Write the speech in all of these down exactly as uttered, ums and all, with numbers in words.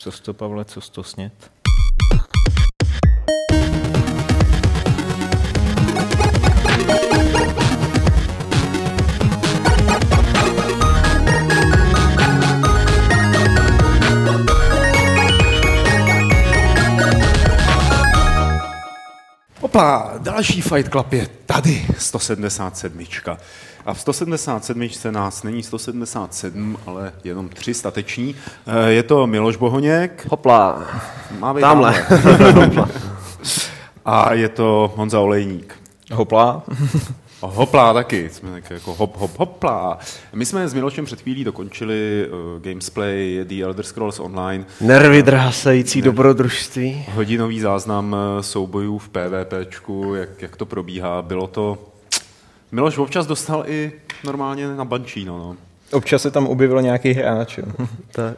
Co to, Pavle, co to snět? Opla, další Fight Club je tady, sto sedmdesát sedm. A v sto sedmdesát sedm nás není sto sedmdesát sedm, ale jenom tři stateční. Je to Miloš Bohoněk. Hopla, má být tamhle. A je to Honza Olejník. Hopla. Hopla taky, jsme tak jako hop, hop, hopla. My jsme s Milošem před chvílí dokončili uh, Gamesplay The Elder Scrolls Online. Nervy drásající uh, dobrodružství. Hodinový záznam soubojů v PvPčku, jak, jak to probíhá. Bylo to... Miloš občas dostal i normálně na bančíno, no. Občas se tam objevil nějaký hráč, jo. Tak.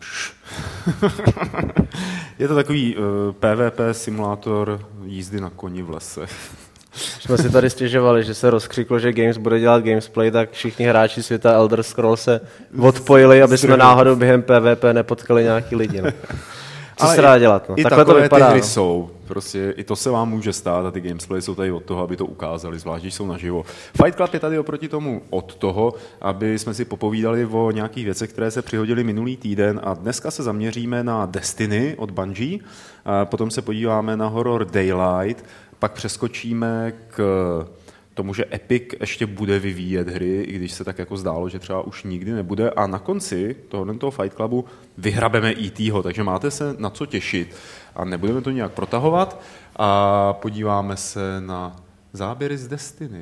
Je to takový uh, PvP simulátor jízdy na koni v lese. Jsme si tady stěžovali, že se rozkřiklo, že Games bude dělat Gamesplay, tak všichni hráči světa Elder Scrolls se odpojili, aby jsme náhodou během PvP nepotkali nějaký lidi. No. Co se dá dělat? No? I takhle takové to vypadá, ty hry no. jsou. Prostě i to se vám může stát a ty Gamesplay jsou tady od toho, aby to ukázali, zvlášť, když jsou naživo. Fight Club je tady oproti tomu od toho, aby jsme si popovídali o nějakých věcech, které se přihodily minulý týden a dneska se zaměříme na Destiny od Bungie, a potom se podíváme na horor Daylight, pak přeskočíme k tomu, že Epic ještě bude vyvíjet hry, i když se tak jako zdálo, že třeba už nikdy nebude. A na konci tohoto toho Fight Clubu vyhrabeme E T ho, takže máte se na co těšit. A nebudeme to nějak protahovat a podíváme se na záběry z Destiny.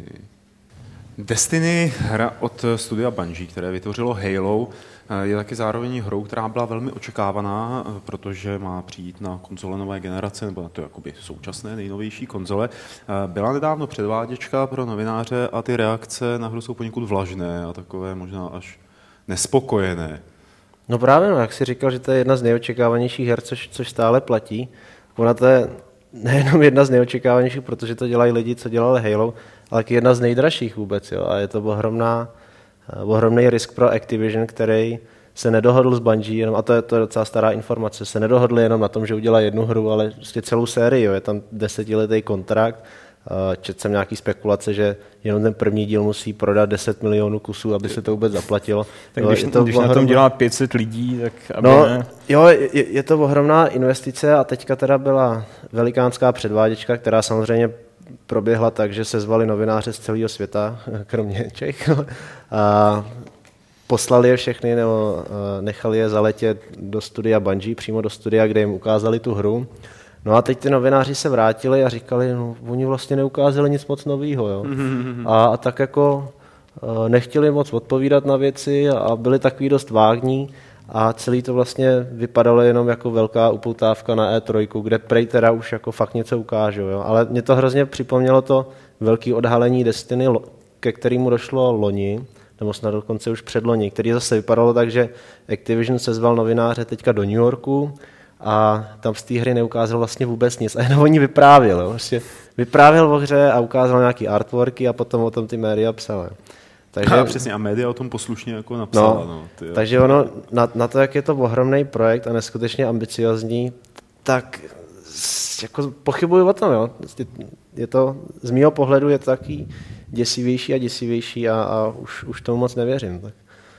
Destiny, hra od studia Bungie, které vytvořilo Halo, je taky zároveň hrou, která byla velmi očekávaná, protože má přijít na konzole nové generace, nebo na to jakoby současné nejnovější konzole. Byla nedávno předváděčka pro novináře a ty reakce na hru jsou poněkud vlažné a takové možná až nespokojené. No právě, no, jak jsi říkal, že to je jedna z nejočekávanějších her, což, což stále platí. Ona to je nejenom jedna z nejočekávanějších, protože to dělají lidi, co dělali Halo, ale taky jedna z nejdražších vůbec. Jo. A je to ohromná, ohromný risk pro Activision, který se nedohodl s Bungie, jenom, a to je, to je docela stará informace, se nedohodli jenom na tom, že udělají jednu hru, ale prostě celou sérii. Jo. Je tam desetiletý kontrakt. Četl jsem nějaký spekulace, že jenom ten první díl musí prodat deset milionů kusů, aby se to vůbec zaplatilo. Tak když, to když na tom dělá pět set lidí, tak aby no, ne... Jo, je, je to ohromná investice a teďka teda byla velikánská předváděčka, která samozřejmě proběhla tak, že se zvali novináře z celého světa, kromě Čech, a poslali je všechny, nebo nechali je zaletět do studia Bungie, přímo do studia, kde jim ukázali tu hru. No a teď ty novináři se vrátili a říkali, no oni vlastně neukázali nic moc novýho, jo. A, a tak jako nechtěli moc odpovídat na věci a byli takový dost vágní a celý to vlastně vypadalo jenom jako velká upoutávka na E tři, kde prej teda už jako fakt něco ukážou, jo. Ale mě to hrozně připomnělo to velké odhalení Destiny, ke kterému došlo loni, nebo snad dokonce už předloni, který zase vypadalo tak, že Activision sezval novináře teďka do New Yorku, a tam z té hry neukázal vlastně vůbec nic. A jenom o ní vyprávěl. Jo. Vlastně vyprávěl o hře a ukázal nějaký artworky a potom o tom ty média psala. Takže, a přesně, a média o tom poslušně jako napsala. No, no, ty, takže ono, na, na to, jak je to ohromný projekt a neskutečně ambiciozní, tak jako pochybuju o tom. Jo. Je to, z mýho pohledu je to taky děsivější a děsivější a, a už, už tomu moc nevěřím. Tak.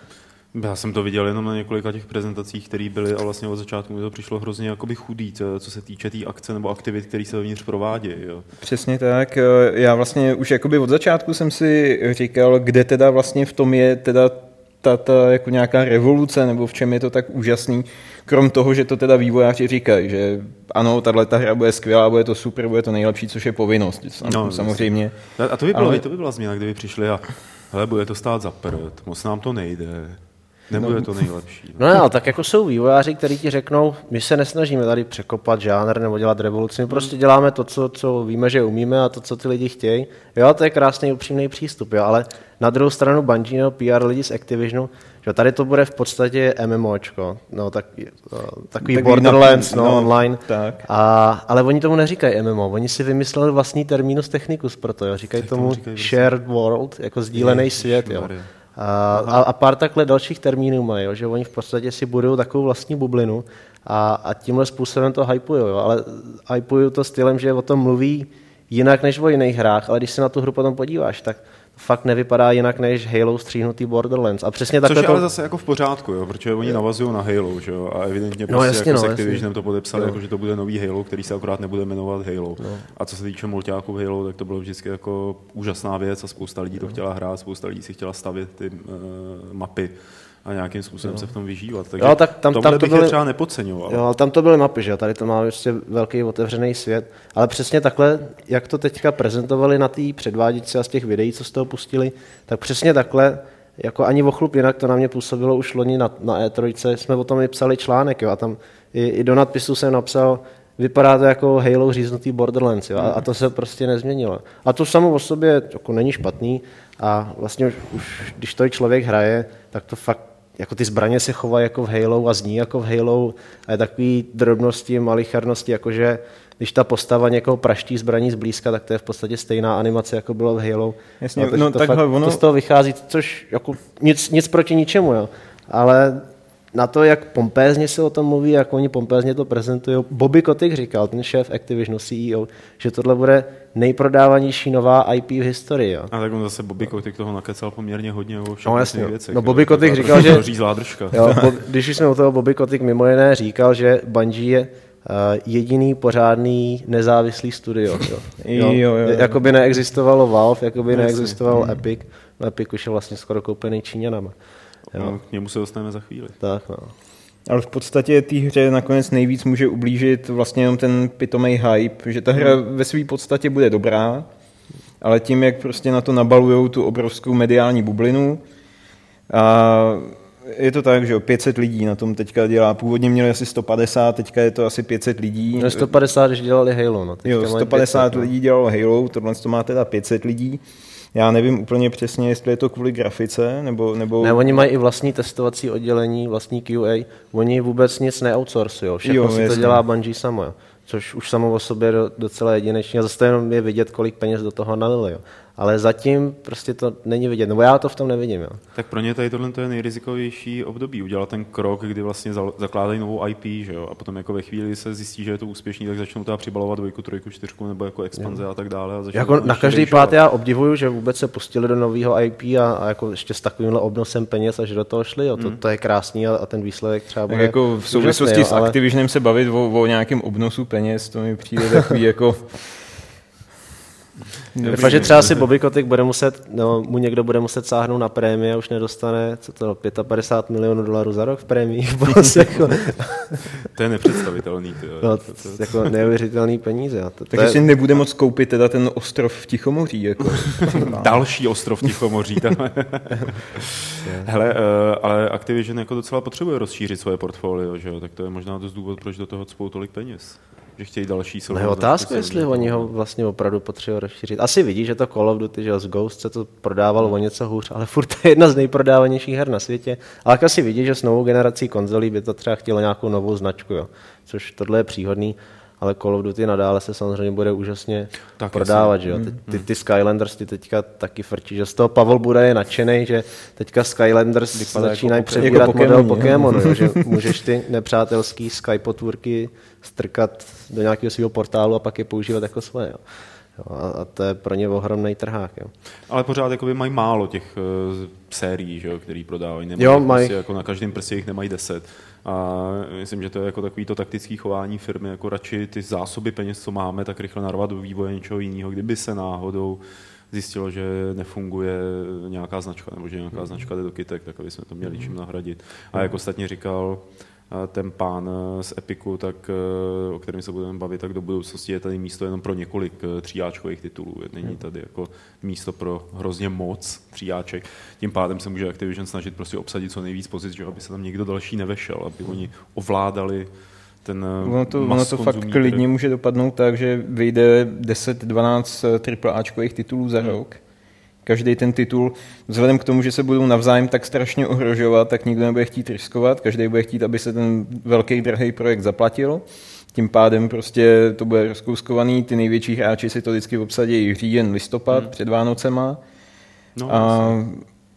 Já jsem to viděl jenom na několika těch prezentacích, které byly a vlastně od začátku mi to přišlo hrozně jakoby chudý, co se týče té tý akce nebo aktivit, které se vevnitř provádějí. Jo. Přesně tak. Já vlastně už jakoby od začátku jsem si říkal, kde teda vlastně v tom je teda ta, ta jako nějaká revoluce, nebo v čem je to tak úžasný, krom toho, že to teda vývojáři říkají, že ano, tato hra bude skvělá, bude to super, bude to nejlepší, což je povinnost. No, samozřejmě. A to by, bylo, ale... to by byla změna, kdyby přišli a hele, bude to stát za prd, moc nám to nejde. Nebude to nejlepší. No, no, tak jako jsou vývojáři, kteří ti řeknou, my se nesnažíme tady překopat žánr nebo dělat revoluci, my prostě děláme to, co, co víme, že umíme a to, co ty lidi chtějí. Jo, to je krásný upřímný přístup, jo, ale na druhou stranu Bungie nebo P R lidi z Activisionu, že tady to bude v podstatě MMOčko, no, tak, takový, takový Borderlands, no, no, online, tak. A, ale oni tomu neříkají M M O, oni si vymysleli vlastní terminus technicus pro to, jo, říkají tak tomu, tomu říkají shared world, jako sdílený je, svět, jo. A, a, a pár takhle dalších termínů mají, jo, že oni v podstatě si budou takovou vlastní bublinu a, a tímhle způsobem to hypují, jo, ale hypují to stylem, že o tom mluví jinak než o jiných hrách, ale když se na tu hru potom podíváš, tak fakt nevypadá jinak než Halo stříhnutý Borderlands. A přesně takhle. Což je to... ale zase jako v pořádku, jo, protože oni navazují na Halo, že jo, a evidentně no, prostě jasně, jako no, s Activisionem to podepsali, no. jako, že to bude nový Halo, který se akorát nebude jmenovat Halo. No. A co se týče multiáků v Halo, tak to bylo vždycky jako úžasná věc a spousta lidí to chtěla hrát, spousta lidí si chtěla stavět ty uh, mapy a nějakým způsobem no. se v tom vyžívat. Takže jo, tak tam, tam to bych byly, je třeba nepodceňoval. Jo, ale tam to byly mapy, že tady to má prostě velký otevřený svět, ale přesně takhle, jak to teďka prezentovali na té předváděčce a z těch videí, co z toho pustili, tak přesně takhle, jako ani ochlup jinak to na mě působilo už loni na, na E tři, jsme o tom i psali článek, jo, a tam i, i do nadpisu jsem napsal, vypadá to jako Halo říznutý Borderlands, jo, a, a to se prostě nezměnilo. A to samo o sobě jako není špatný a vlastně už, už když to člověk hraje, tak to fakt jako ty zbraně se chovají jako v Halo a zní jako v Halo a je takový drobnosti, malicharnosti, jakože když ta postava někoho praští zbraní zblízka, tak to je v podstatě stejná animace, jako bylo v Halo. Jasně, to, no, to, takhle fakt, ono... to z toho vychází, což jako nic, nic proti ničemu, jo. Ale na to, jak pompézně se o tom mluví, jak oni pompézně to prezentují. Bobby Kotick říkal, ten šéf Activisionu C E O, že tohle bude nejprodávanější nová I P v historii. Jo. A tak on zase Bobby Kotick toho nakecal poměrně hodně o všech no, jasně, věcech. No Bobby Kotick říkal, že... jo, Bob, když jsme o toho Bobby Kotick mimo jiné říkal, že Bungie je uh, jediný pořádný nezávislý studio. Jo. Jo. Jo, jo, jo. Jakoby neexistovalo Valve, jakoby jasně. neexistovalo hmm. Epic. No, Epic už je vlastně skoro koupený Číňanama. No, k němu se dostaneme za chvíli. Tak, no. Ale v podstatě té hře nakonec nejvíc může ublížit vlastně jenom ten pitomej hype, že ta hra ve své podstatě bude dobrá, ale tím, jak prostě na to nabalujou tu obrovskou mediální bublinu a je to tak, že pět set lidí na tom teďka dělá, původně měli asi sto padesát, teďka je to asi pět set lidí. No sto padesát, když dělali Halo. No. Jo, sto padesát pět set, lidí dělalo Halo, tohle to má teda pět set lidí. Já nevím úplně přesně, jestli je to kvůli grafice, nebo... nebo... Ne, oni mají i vlastní testovací oddělení, vlastní Q A, oni vůbec nic neoutsourcují, všechno jo, si jasný. To dělá Bungie samo, jo. Což už samo o sobě je docela jedinečné, a zase jenom je vidět, kolik peněz do toho nalili, jo. Ale zatím prostě to není vidět, nebo já to v tom nevidím. Jo. Tak pro ně tady tohle je nejrizikovější období, udělat ten krok, kdy vlastně zakládají novou I P, že jo, a potom jako ve chvíli se zjistí, že je to úspěšný, tak začnou teda přibalovat dvojku, trojku, čtyřku nebo jako expanze jo. a tak dále. A jako na každý pád já obdivuju, že vůbec se pustili do nového I P a, a jako ještě s takovýmhle obnosem peněz a že do toho šli, jo. To, mm. to je krásný a, a ten výsledek třeba bude jako v souvislosti s ale... Activisionem se bavit o, o nějakém obnosu peněz, to mi přijde takový jako... Fakt, že třeba si Bobby Kotick bude muset, no, mu někdo bude muset sáhnout na prémie a už nedostane, co to, padesát pět milionů dolarů za rok v prémiích. Jako... to je nepředstavitelný. Ty, no, to, to, jako neuvěřitelný peníze. To, to Takže je... si nebude moc koupit teda ten ostrov v Tichomoří. Jako. Další ostrov v Tichomoří. Hele, uh, ale Activision jako docela potřebuje rozšířit svoje portfolio, že jo? Tak to je možná dost důvod, proč do toho cpou tolik peněz. Že chtějí další silnou. No je otázka, jestli oni ho vlastně opravdu potřebují rozšířit. Asi vidí, že to Call of Duty, že z Ghost se to prodávalo o něco hůř, ale furt to je jedna z nejprodávanějších her na světě. Ale asi vidí, že s novou generací konzolí by to třeba chtělo nějakou novou značku, jo. Což tohle je příhodný. Ale Call of Duty nadále se samozřejmě bude úžasně tak prodávat. Že jo? Ty, ty, ty Skylanders ty teďka taky frčí, že z toho Pavel bude je nadšenej, že teďka Skylanders začínají jako přebírat jako model Pokémonu, jo? Že můžeš ty nepřátelský Sky potvůrky strkat do nějakého svého portálu a pak je používat jako svoje. Jo? Jo, a to je pro ně ohromný trhák. Jo. Ale pořád jakoby mají málo těch uh, sérií, že jo, který prodávají. Nemají jo, mají. Prostě, jako na každém prstě jich nemají deset. A myslím, že to je jako takovýto taktický chování firmy, jako radši ty zásoby peněz, co máme, tak rychle narvat do vývoje něčeho jiného. Kdyby se náhodou zjistilo, že nefunguje nějaká značka, nebo že nějaká značka jde do kytek, tak aby jsme to měli čím nahradit. A jak ostatně říkal ten pán z Epiku, tak, o kterém se budeme bavit, tak do budoucnosti je tady místo jenom pro několik tříáčkových titulů. Není tady jako místo pro hrozně moc tříáček. Tím pádem se může Activision snažit prostě obsadit co nejvíc pozic, že aby se tam někdo další nevešel, aby oni ovládali ten ono to, ono to fakt klidně může dopadnout tak, že vyjde deset dvanáct tripleáčkových titulů za rok. Každý ten titul, vzhledem k tomu, že se budou navzájem tak strašně ohrožovat, tak nikdo nebude chtít riskovat, každý bude chtít, aby se ten velký drahý projekt zaplatil. Tím pádem prostě to bude rozkouskovaný, ty největší hráči si to vždycky obsadí říjen, listopad hmm. před Vánocema. No, a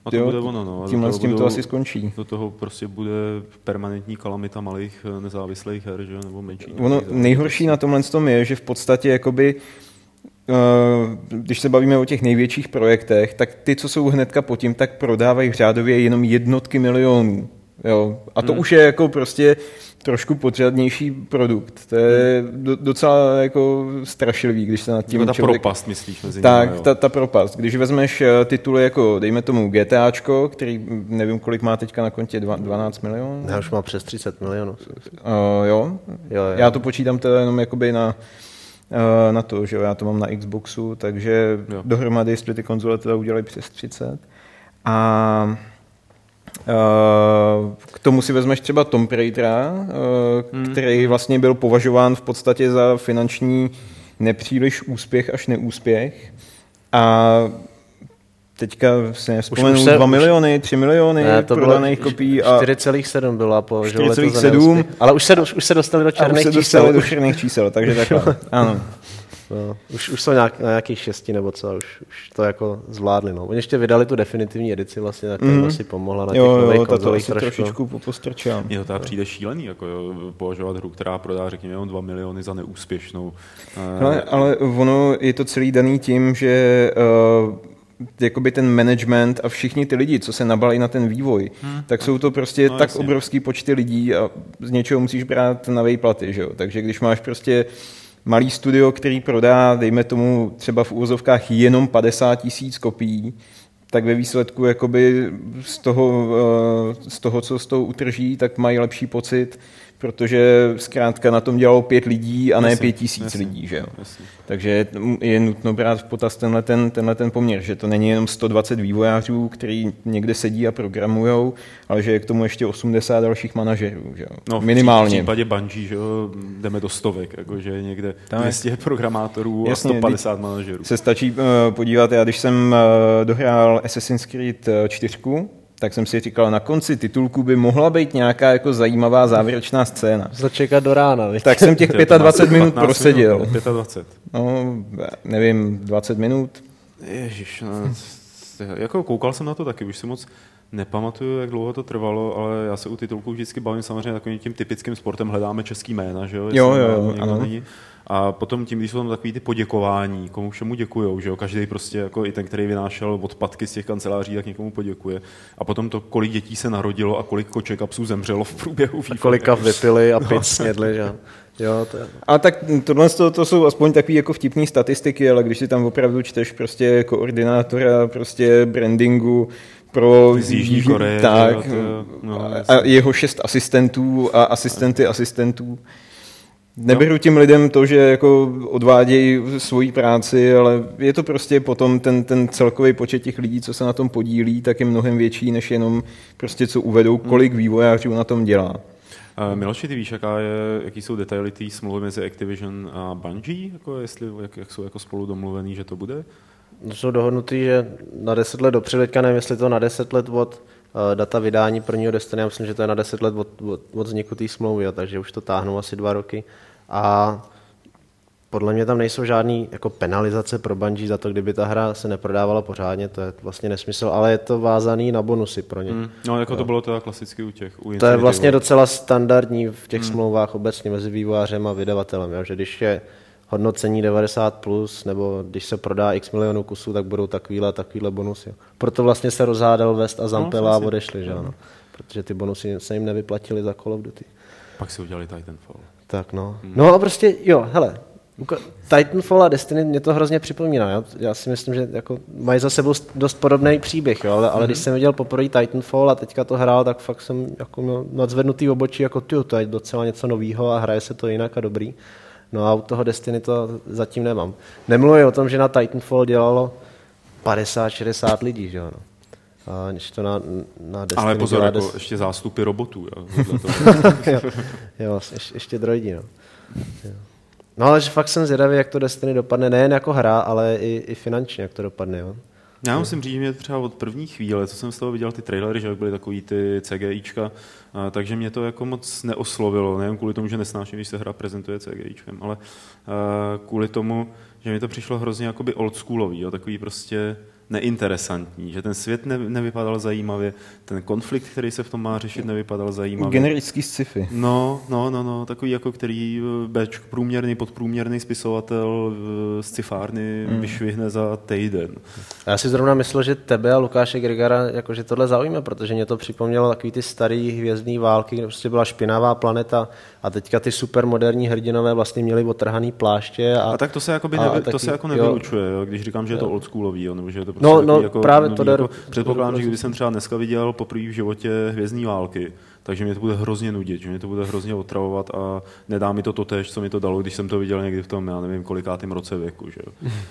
A to jo, bude ono, no. Tímhle s tím budou, to asi skončí. Do toho prostě bude permanentní kalamita malých nezávislých her, že? Nebo menší. Ono nejhorší na tomhle tom je, že v podstatě jakoby, když se bavíme o těch největších projektech, tak ty, co jsou hnedka pod tím, tak prodávají řádově jenom jednotky milionů. Jo. A to hmm. už je jako prostě trošku podřadnější produkt. To je do, docela jako strašlivý, když se nad tím ta člověk... propast, myslíš, mezi Tak, nimi, ta, ta propast. Když vezmeš tituly jako, dejme tomu, GTAčko, který nevím, kolik má teďka na kontě, dvanáct milionů? Já už mám přes třicet milionů. Uh, jo? Jo, jo? Já to počítám teda jenom jakoby na, uh, na to, že jo, já to mám na Xboxu, takže jo. Dohromady, jestli ty konzole teda udělají přes třicet. A... Uh, k tomu si vezmeš třeba Tomb Raidera, uh, hmm. který vlastně byl považován v podstatě za finanční nepříliš úspěch až neúspěch. A teďka si nevzpomenu, dva miliony, tři miliony ne, prodaných kopií. čtyři celá sedm byla považovala čtyři celá sedm. Ale už se, už se dostali do černých čísel. už se dostali do černých čísel, takže takhle, ano. No, už, už jsou nějak, na nějakých šesti nebo co, už, už to jako zvládli. No. Oni ještě vydali tu definitivní edici, vlastně, tak to mm. asi pomohla na těch jo, nových jo, konzolích trošku. trošičku popostrčila. Mně to teda přijde šílený, jako jo, považovat hru, která prodá, řekněme, jenom dva miliony za neúspěšnou. Ale, ale ono je to celý daný tím, že uh, jakoby ten management a všichni ty lidi, co se nabalí na ten vývoj, hmm. tak jsou to prostě no, tak jasně. obrovský počty lidí a z něčeho musíš brát na výplaty, že jo? Takže když máš prostě malý studio, který prodá, dejme tomu třeba v úvozovkách jenom padesát tisíc kopií, tak ve výsledku jakoby z toho, z toho, co z toho utrží, tak mají lepší pocit, protože zkrátka na tom dělalo pět lidí a ne jasně, pět tisíc jasně, lidí. Že jo? Takže je nutno brát v potaz tenhle ten, tenhle ten poměr, že to není jenom sto dvacet vývojářů, který někde sedí a programujou, ale že je k tomu ještě osmdesát dalších manažerů. Že jo? No, minimálně. V případě Bungie, že jo, jdeme do stovek, jakože někde dvě stě programátorů jasně, a sto padesát manažerů. Se stačí uh, podívat, já když jsem uh, dohrál Assassin's Creed čtyři, tak jsem si říkal, na konci titulku by mohla být nějaká jako zajímavá závěrečná scéna. Začekat do rána. Víc? Tak jsem těch dvacet pět minut proseděl. Minut, dvacet pět. No, nevím, dvacet minut. Ježiš, no, jako koukal jsem na to taky, už si moc nepamatuju, jak dlouho to trvalo, ale já se u titulků vždycky bavím samozřejmě takovým tím typickým sportem, hledáme český jména, že jo? Jo, jo, ano. Není. A potom tím, když jsou tam takový ty poděkování, komu všemu děkujou, že jo, každý prostě, jako i ten, který vynášel odpadky z těch kanceláří, tak někomu poděkuje. A potom to, kolik dětí se narodilo a kolik koček a psů zemřelo v průběhu vývoje. A kolik kav vypili a pit snědli, že jo. To je... A tak tohle to, to jsou aspoň takový jako vtipný statistiky, ale když si tam opravdu čteš prostě koordinátora prostě brandingu pro z Jižní Koreje, tak, to, no, a jeho šest asistentů a asistenty asistentů. Neberu tím lidem to, že jako odvádějí svoji práci, ale je to prostě potom ten, ten celkový počet těch lidí, co se na tom podílí, tak je mnohem větší, než jenom prostě co uvedou, kolik vývojářů na tom dělá. Uh, Miloši, ty víš, jaká je, jaký jsou detaily té smlouvy mezi Activision a Bungie? Jako jestli, jak, jak jsou jako spolu domluvený, že to bude? Jsou dohodnutý, že na deset let dopředu, teďka nevím, jestli to na deset let od uh, data vydání prvního Destiny, já myslím, že to je na deset let od, od, od vzniku té smlouvy, takže už to táhnou asi dva roky. A podle mě tam nejsou žádný jako penalizace pro Bungie za to, kdyby ta hra se neprodávala pořádně, to je vlastně nesmysl, ale je to vázaný na bonusy pro ně. Mm, no, jako to bylo teda klasicky u těch. U to Infinity je vlastně War. Docela standardní v těch mm. smlouvách obecně mezi vývojářem a vydavatelem, jo? Že když je hodnocení devadesát plus, nebo když se prodá x milionů kusů, tak budou takovýhle takovýhle bonusy. Jo? Proto vlastně se rozhádal West a Zampella no, a odešli, že ano. Protože ty bonusy se jim nevyplatily za Call of Duty. Pak si udělali Titanfall. Tak no. Hmm. No a prostě, jo, hele, Titanfall a Destiny mě to hrozně připomíná. Jo? Já si myslím, že jako mají za sebou dost podobný příběh, jo? Ale, ale hmm. když jsem viděl poprvé Titanfall a teďka to hrál, tak fakt jsem jako měl nadzvednutý obočí, jako tyjo, to je docela něco novýho a hraje se to jinak a dobrý. No a u toho Destiny to zatím nemám. Nemluvím o tom, že na Titanfall dělalo padesát šedesát lidí, že jo, no. A než to na, na Destiny ale pozor, jako des... ještě zástupy robotů. Jo, jo, jo ještě, ještě droidi, no. Jo. No ale že fakt jsem zvědavý, jak to Destiny dopadne, nejen jako hra, ale i, i finančně, jak to dopadne, jo. Já musím říct, že mě třeba od první chvíle, co jsem z toho viděl ty trailery, že byly takový ty CGIčka, a, takže mě to jako moc neoslovilo, nejen kvůli tomu, že nesnáším, když se hra prezentuje CGIčkem, ale a, kvůli tomu, že mi to přišlo hrozně jakoby oldschoolový, jo, takový prostě neinteresantní, že ten svět ne, nevypadal zajímavě, ten konflikt, který se v tom má řešit, nevypadal zajímavě. Generický sci-fi. No, no, no, no, takový jako který beč, průměrný, podprůměrný spisovatel z scifárny mm. vyšvihne za týden. Já si zrovna myslel, že tebe a Lukáše Grigara jakože tohle zaujme, protože mě to připomnělo takový ty starý hvězdný války, kde prostě byla špinavá planeta a teďka ty supermoderní hrdinové vlastně měli otrhaný pláště. A, a tak to se, jakoby nevy, taky, to se jako nevylučuje, jo, když říkám, že je to oldsschoolový, jo, nebo že je to prostě no, no, jako právě nový, to jako, předpokládám, že když jsem třeba dneska viděl poprvé v životě hvězdní války, takže mě to bude hrozně nudit, že mě to bude hrozně otravovat a nedá mi to totéž, co mi to dalo, když jsem to viděl někdy v tom, já nevím, kolikátým roce věku. Že?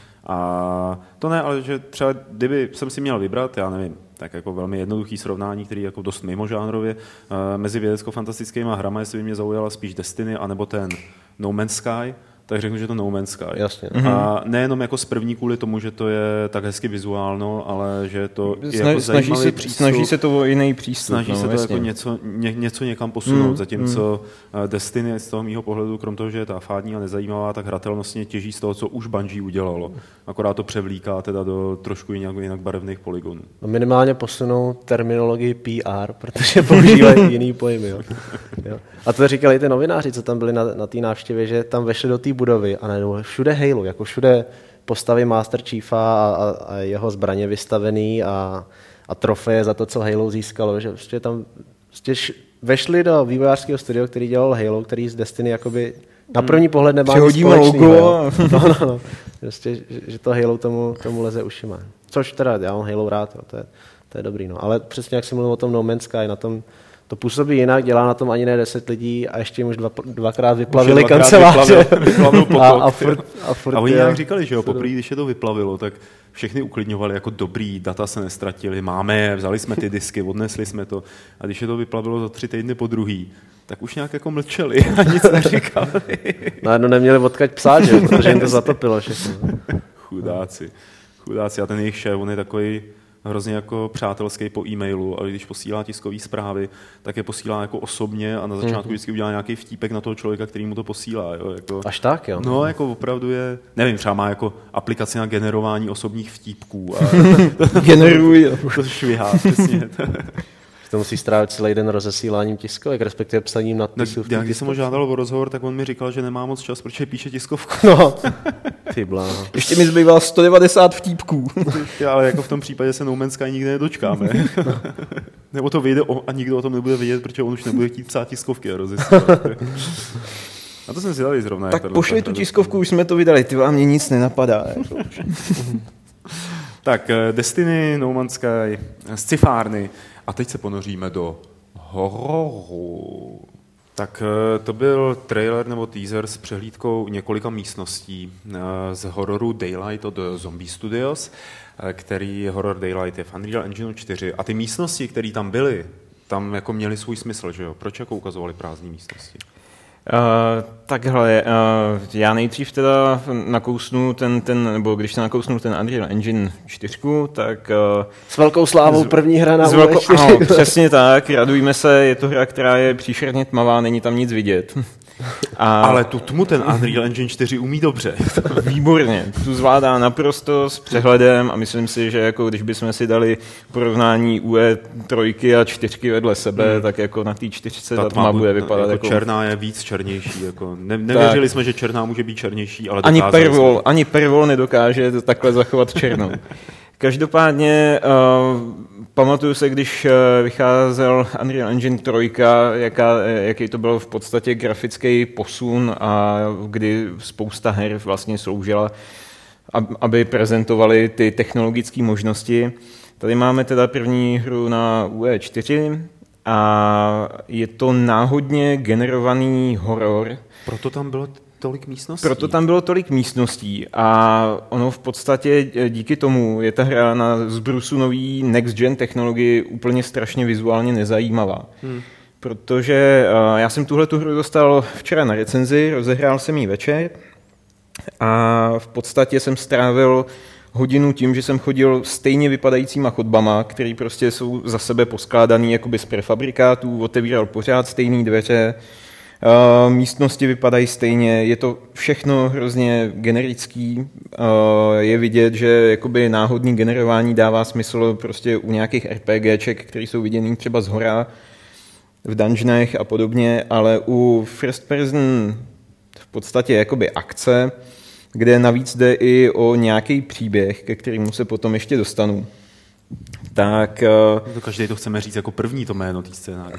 A to ne, ale že třeba kdyby jsem si měl vybrat, já nevím, tak jako velmi jednoduchý srovnání, který jako dost mimožánrově, mezi vědecko-fantastickými hrama, jestli by mě zaujala spíš Destiny, anebo ten No Man's Sky, tak řeknu, že to No Man's Sky. Jasně. A nejenom jako z první kvůli tomu, že to je tak hezky vizuálno, ale že je to Sna, jako snaží zajímavý se, přístup. Snaží se to o jiný přístup. Snaží no, se to jasně. jako něco, ně, něco někam posunout, mm, zatímco mm. Destiny z toho mýho pohledu, krom toho, že je ta fádní a nezajímavá, tak hratelnostně těží z toho, co už Bungie udělalo. Akorát to převlíká teda do trošku jinak, jinak barevných polygonů. No minimálně posunou terminologii P R, protože používají jiný pojmy. Jo. Jo. A to říkali ty novináři, co tam byli na, na té návštěvě, že tam vešli do té budovy a najednou všude Halo, jako všude postavy Master Chiefa a, a, a jeho zbraně vystavený a, a trofeje za to, co Halo získalo. Že prostě tam prostě vešli do vývojářského studia, který dělal Halo, který z Destiny jakoby na první pohled nemá nic společného. No, no, no. Prostě, že, že to Halo tomu, tomu leze ušima. Což teda, já mám Halo rád, jo, to, je, to je dobrý. No. Ale přesně jak jsem mluvil o tom No Man's Sky, na tom to působí jinak, dělá na tom ani ne deset lidí a ještě jim už dva, dvakrát vyplavili dvakrát kanceláře. Vyplavil, vyplavil potok. A, a, furt, a, furt a oni je, nějak říkali, že jo, poprvé, když je to vyplavilo, tak všechny uklidňovali jako dobrý, data se nestratili, máme je, vzali jsme ty disky, odnesli jsme to. A když je to vyplavilo za tři týdny po druhý, tak už nějak jako mlčeli a nic neříkali. Najednou neměli odkaď psát, že? Protože jim to zatopilo všechno. Chudáci. Chudáci. A ten jejich šéf, on je takový hrozně jako přátelský po e-mailu, ale když posílá tiskový zprávy, tak je posílá jako osobně a na začátku vždycky udělá nějaký vtípek na toho člověka, který mu to posílá. Jo? Jako, až tak, jo? No, jako opravdu je, nevím, třeba má jako aplikaci na generování osobních vtípků. A Generuj. To švihá, přesně. To musí strávit celý den rozesíláním tiskovek, respektive psaním nadpisů. No, když jsem ho žádal o rozhovor, tak on mi říkal, že nemá moc čas, protože píše tiskovku. No, ty bláho. Ještě mi zbývá sto devadesát vtípků. Ale jako v tom případě se No Man's Sky nikdy nedočkáme. No. Nebo to vyjde a nikdo o tom nebude vědět, protože on už nebude chtít psát tiskovky a rozesílat. A to jsem si dali zrovna. Tak pošli tu tiskovku, už jsme to vydali, ty vám mě nic nenapadá. Tak, Destiny, No Man's Sky, scifárny. A teď se ponoříme do hororu. Tak to byl trailer nebo teaser s přehlídkou několika místností z hororu Daylight od Zombie Studios, který horor Daylight je v Unreal Engine čtyři. A ty místnosti, které tam byly, tam jako měly svůj smysl, že jo? Proč jako ukazovali prázdné místnosti? Uh, takhle, uh, já nejdřív teda nakousnu ten, ten, nebo když se nakousnu ten Unreal Engine čtyři, tak... Uh, s velkou slávou první hra na velkou, ano, přesně tak, radujme se, je to hra, která je příšerně tmavá, není tam nic vidět. A... Ale tu tmu ten Unreal Engine čtyři umí dobře. Výborně, tu zvládá naprosto s přehledem a myslím si, že jako když bychom si dali porovnání U E tři a čtyřky vedle sebe, hmm. tak jako na té čtyřce ta, ta tma bude vypadat jako... jako... černá je víc černější. Jako ne, nevěřili tak. jsme, že černá může být černější, ale ani Pervol, ani Pervol nedokáže to takhle zachovat černou. Každopádně uh, pamatuju se, když uh, vycházel Unreal Engine tři, jaká, jaký to byl v podstatě grafický posun a kdy spousta her vlastně sloužila, aby prezentovali ty technologické možnosti. Tady máme teda první hru na U E čtyři a je to náhodně generovaný horor. Proto tam bylo tolik místností. Proto tam bylo tolik místností a ono v podstatě díky tomu je ta hra na zbrusu nový next gen technologii úplně strašně vizuálně nezajímavá. Hmm. Protože uh, já jsem tuhle tu hru dostal včera na recenzi, rozehrál jsem ji večer a v podstatě jsem strávil hodinu tím, že jsem chodil stejně vypadajícíma chodbama, které prostě jsou za sebe poskládaný jakoby z prefabrikátů, otevíral pořád stejné dveře, Uh, místnosti vypadají stejně, je to všechno hrozně generický, uh, je vidět, že jakoby náhodný generování dává smysl prostě u nějakých RPGček, které jsou viděný třeba zhora v dungeonech a podobně, ale u first person v podstatě jakoby akce, kde navíc jde i o nějaký příběh, ke kterému se potom ještě dostanu. Tak... To každý to chceme říct jako první to jméno té scénáře.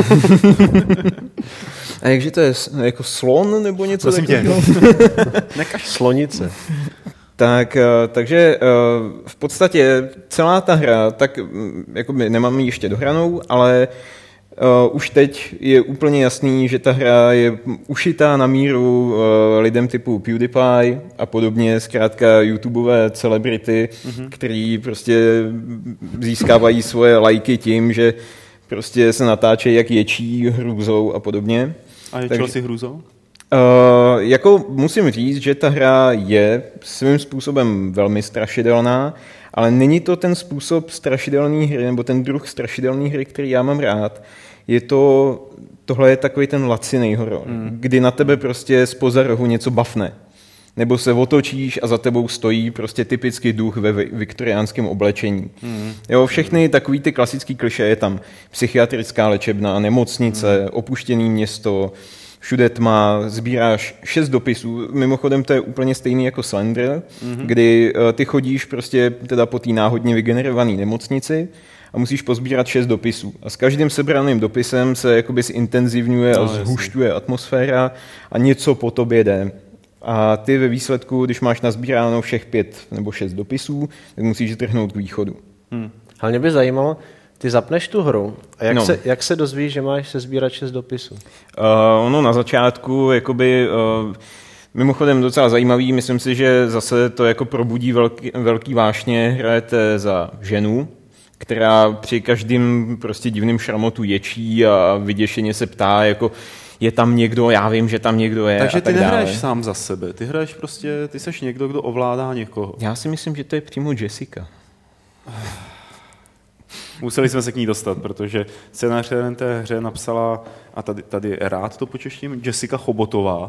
A jakže to je? Jako slon nebo něco Prosím takového? Nekaž slonice. Tak, takže v podstatě celá ta hra, tak jakoby nemám ji ještě dohranou, ale Uh, už teď je úplně jasný, že ta hra je ušitá na míru uh, lidem typu PewDiePie a podobně, zkrátka YouTubeové celebrity, mm-hmm. který prostě získávají svoje lajky tím, že prostě se natáčejí jak ječí hrůzou a podobně. A ječil Takže, si hrůzou? Uh, jako musím říct, že ta hra je svým způsobem velmi strašidelná, ale není to ten způsob strašidelné hry, nebo ten druh strašidelné hry, který já mám rád. Je to, tohle je takový ten lacinej horor, hmm. kdy na tebe prostě zpoza rohu něco bafne. Nebo se otočíš a za tebou stojí prostě typický duch ve viktoriánském oblečení. Hmm. Jo, všechny takový ty klasický klišé je tam psychiatrická léčebna, nemocnice, hmm. opuštěné město, všude tma, sbíráš šest dopisů, mimochodem to je úplně stejný jako Slender, mm-hmm. kdy uh, ty chodíš prostě teda po té náhodně vygenerované nemocnici a musíš pozbírat šest dopisů. A s každým sebraným dopisem se jakoby zintenzivňuje no, a zhušťuje atmosféra a něco po tobě jde. A ty ve výsledku, když máš nazbíráno všech pět nebo šest dopisů, tak musíš trhnout k východu. Hmm. Ale mě by zajímalo, ty zapneš tu hru a jak, no. se, jak se dozvíš, že máš se sbírat šest dopisů? Uh, ono na začátku, jakoby, uh, mimochodem docela zajímavý, myslím si, že zase to jako probudí velký, velký vášně, hrajete za ženu, která při každém prostě divným šramotu ječí a vyděšeně se ptá, jako je tam někdo, já vím, že tam někdo je. Takže a tak ty nehraješ dále. Sám za sebe, ty hraješ prostě, ty seš někdo, kdo ovládá někoho. Já si myslím, že to je přímo Jessica. Museli jsme se k ní dostat, protože scénář té hře napsala, a tady, tady rád to počeštím, Jessica Chobotová.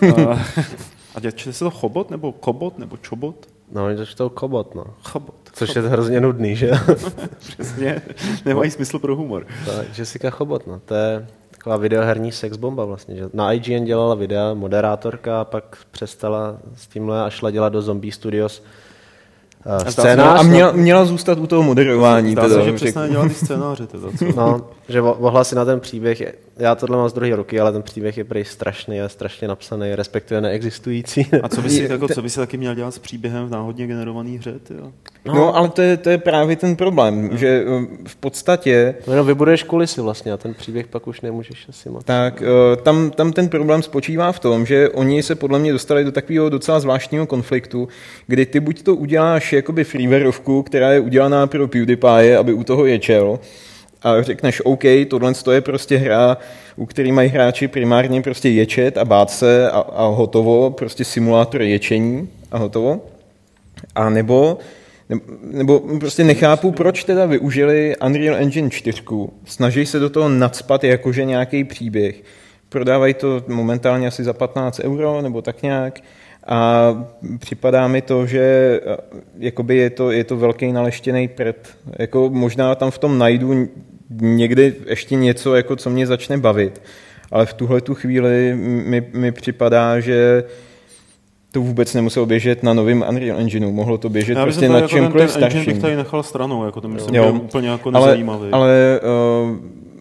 A čte se to Chobot, nebo Kobot, nebo Čobot? No, oni to čtou Kobot, no. Chobot. Což je hrozně nudný, že? Přesně, nemají smysl pro humor. Tak, Jessica Chobot, no, to je taková videoherní sexbomba vlastně, že na I G N dělala videa, moderátorka, a pak přestala s tímhle a šla dělat do Zombie Studios scénář. A měla, měla zůstat u toho moderování. Zdá se, že přestane dělat ty scénáře. Teda, no, že ohlasy na ten příběh, já tohle mám z druhé roky, ale ten příběh je prý strašný a strašně napsaný, respektive neexistující. A co by si, jako, co by si taky měl dělat s příběhem v náhodně generované hře? Tyjo? No, no, ale to je, to je právě ten problém, no. že v podstatě... No, no vybuduješ kulisy vlastně a ten příběh pak už nemůžeš asi moc. Tak tam, tam ten problém spočívá v tom, že oni se podle mě dostali do takového docela zvláštního konfliktu, kdy ty buď to uděláš jakoby freewareovku, která je udělaná pro PewDiePie, aby u toho ječel, a řekneš, OK, tohle je prostě hra, u který mají hráči primárně prostě ječet a bát se a, a hotovo, prostě simulátor ječení a hotovo. A nebo, nebo prostě nechápu, proč teda využili Unreal Engine čtyři, snaží se do toho nacpat jakože nějaký příběh. Prodávají to momentálně asi za patnáct euro nebo tak nějak. A připadá mi to, že jakoby je to, je to velký naleštěný prd. Jako možná tam v tom najdu někdy ještě něco, jako co mě začne bavit. Ale v tuhle tu chvíli mi, mi připadá, že to vůbec nemuselo běžet na novém Unreal Engineu. Mohlo to běžet já prostě na čemkoliv starším. Engine bych tady nechal stranou, jako to myslím, jo. Je úplně jako nezajímavý. Ale, ale uh,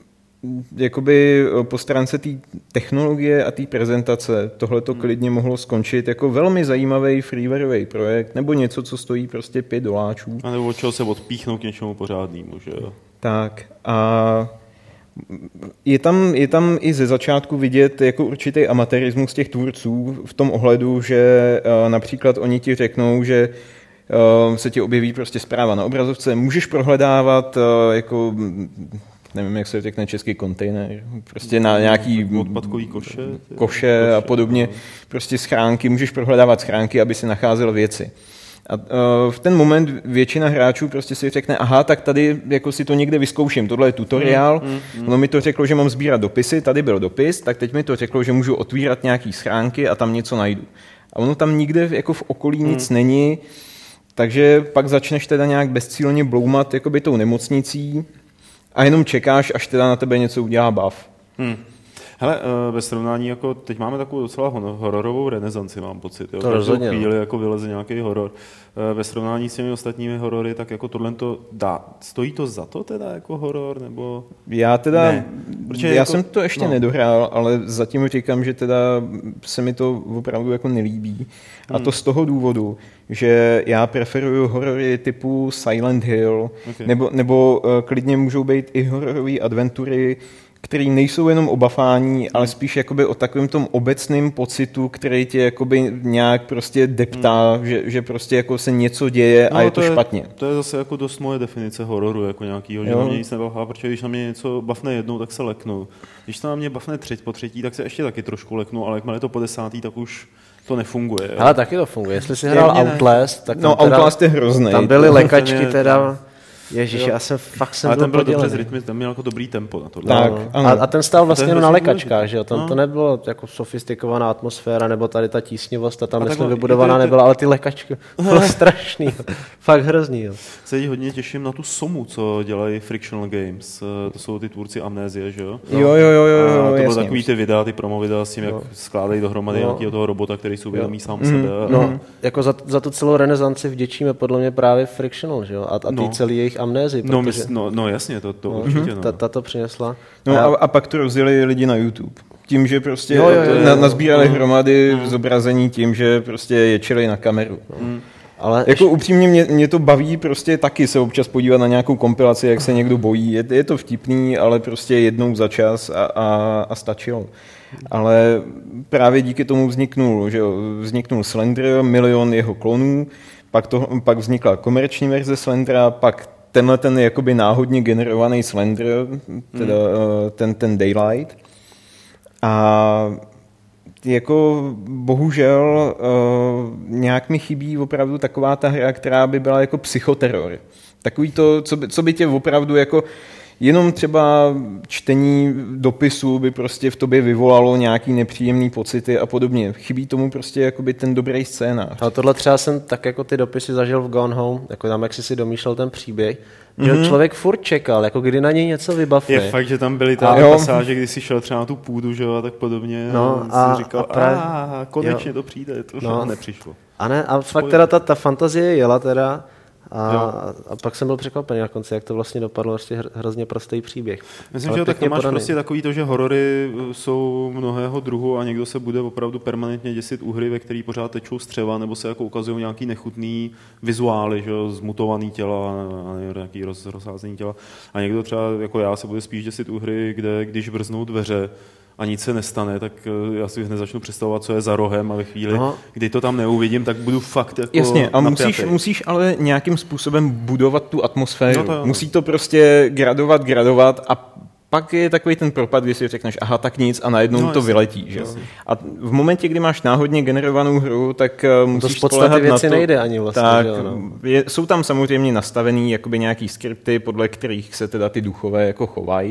jakoby po stránce té technologie a té prezentace tohle to hmm. klidně mohlo skončit jako velmi zajímavý freewareový projekt nebo něco, co stojí prostě pět doláčů. A nebo od čeho se odpíchnout k něčemu pořádnému, že jo? Tak a je tam, je tam i ze začátku vidět jako určitý amatérismus těch tvůrců v tom ohledu, že uh, například oni ti řeknou, že uh, se ti objeví prostě zpráva na obrazovce, můžeš prohledávat uh, jako nevím, jak se řekne český kontejner, prostě na nějaký odpadkový koše, koše, koše a podobně, prostě schránky, můžeš prohledávat schránky, aby si nacházel věci. A uh, v ten moment většina hráčů prostě si řekne, aha, tak tady jako si to někde vyzkouším, tohle je tutoriál, mm, mm, mm. ono mi to řeklo, že mám sbírat dopisy, tady byl dopis, tak teď mi to řeklo, že můžu otvírat nějaký schránky a tam něco najdu. A ono tam nikde jako v okolí mm. nic není, takže pak začneš teda nějak bezcílně bloumat jakoby tou nemocnicí a jenom čekáš, až teda na tebe něco udělá buff. Mm. Hele, ve srovnání, jako teď máme takovou docela hororovou renesanci, mám pocit. Jo? To rozhodně. Chvíli jako vyleze nějaký horor. Ve srovnání s těmi ostatními horory, tak jako tohle to dá. Stojí to za to teda jako horor, nebo... Já teda, ne. já jako, jsem to ještě no. nedohrál, ale zatím říkám, že teda se mi to opravdu jako nelíbí. A hmm. to z toho důvodu, že já preferuju horory typu Silent Hill, okay. nebo, nebo uh, klidně můžou být i hororové adventury, který nejsou jenom o bafání, ale spíš jakoby o takovém tom obecném pocitu, který tě jakoby nějak prostě deptá, hmm. že, že prostě jako se něco děje no, a je to, to je, špatně. To je zase jako dost moje definice hororu, jako nějakýho, že na mě nic nebavá, protože když na mě něco bafne jednou, tak se leknu. Když to na mě bafne třetí po třetí, tak se ještě taky trošku leknu, ale jakmile je to po desátý, tak už to nefunguje. Jo? Ale taky to funguje. Jestli jsi hrál Outlast, tak no, teda, Outlast je hrozný. Tam byly lekačky teda... Ježíš, já jsem fakt jsem ale byl ten byl podělený. dobře z rytmy, ten měl jako dobrý tempo na to. Tak, no. a, a ten stál vlastně jenom na lékačkách, důležitý. že jo? Tam no. to nebylo jako sofistikovaná atmosféra, nebo tady ta tísnivost, a tam a myslím takhle, vybudovaná to, to, nebyla, ale ty lékačky, bylo strašný, jo. Fakt hrozný. Jo. Se hodně těším na tu Somu, co dělají Frictional Games, to jsou ty tvůrci Amnézie, že jo? No. Jo, jo, jo, jo, jo, a to jasně. bylo takový ty videa, ty promo videa s tím, jak no. skládají dohromady no. nějakého toho robota, který jsou vědomí sám mm. sebe. No, jako za, za tu celou renesanci vděčíme podle mě právě Frictional, že jo? A, a ty no. celý jejich Amnézi, no, protože... no, no jasně, to, to no, určitě. No. Ta, ta to přinesla. No a, a, a pak to rozjeli lidi na YouTube. Tím, že prostě jo, jo, jo, na, nazbírali no. hromady no. zobrazení tím, že prostě ječili na kameru. No. Mm. Ale jako ještě... upřímně mě, mě to baví prostě taky se občas podívat na nějakou kompilaci, jak se někdo bojí. Je, je to vtipný, ale prostě jednou za čas a, a, a stačilo. Ale právě díky tomu vzniknul, že jo, vzniknul Slender, milion jeho klonů, pak, to, pak vznikla komerční verze Slendera, pak tenhle ten jakoby náhodně generovaný Slender, teda hmm. ten, ten Daylight. A jako bohužel nějak mi chybí opravdu taková ta hra, která by byla jako psychoterror. Takový to, co by, co by tě opravdu jako jenom třeba čtení dopisů by prostě v tobě vyvolalo nějaký nepříjemný pocity a podobně. Chybí tomu prostě jakoby ten dobrý scénář. Ale tohle třeba jsem tak jako ty dopisy zažil v Gone Home, jako tam, jak jsi si domýšlel ten příběh, že mm-hmm. člověk furt čekal, jako kdy na něj něco vybavne. Je fakt, že tam byly ty pasáže, kdy jsi šel třeba na tu půdu, že jo, a tak podobně. No, a, a říkal, a právě, a konečně jo. to přijde, to no, nepřišlo. A ne, a fakt teda ta, ta fantazie jela teda, A, a pak jsem byl překvapený na konci, jak to vlastně dopadlo, vlastně hrozně prostý příběh. Myslím, ale že tak máš prostě takový to, že horory jsou mnohého druhu a někdo se bude opravdu permanentně děsit u hry, ve který pořád tečou střeva, nebo se jako ukazují nějaký nechutný vizuály, že zmutovaný těla, a nějaký roz, rozházený těla. A někdo třeba jako já se bude spíš děsit u hry, kde když vrznou dveře a nic se nestane, tak já si hned začnu představovat, co je za rohem, a ve chvíli, Aha. kdy to tam neuvidím, tak budu fakt jako Jasně, a musíš, musíš ale nějakým způsobem budovat tu atmosféru. No to Musí to prostě gradovat, gradovat a pak je takový ten propad, kdy si řekneš, aha, tak nic a najednou no, to jasný, vyletí. Že? A v momentě, kdy máš náhodně generovanou hru, tak musíš spoléhat na to. Nejde ani vlastně, tak, že, no. je, jsou tam samozřejmě nastavený jakoby nějaký skripty, podle kterých se teda ty duchové jako chovají.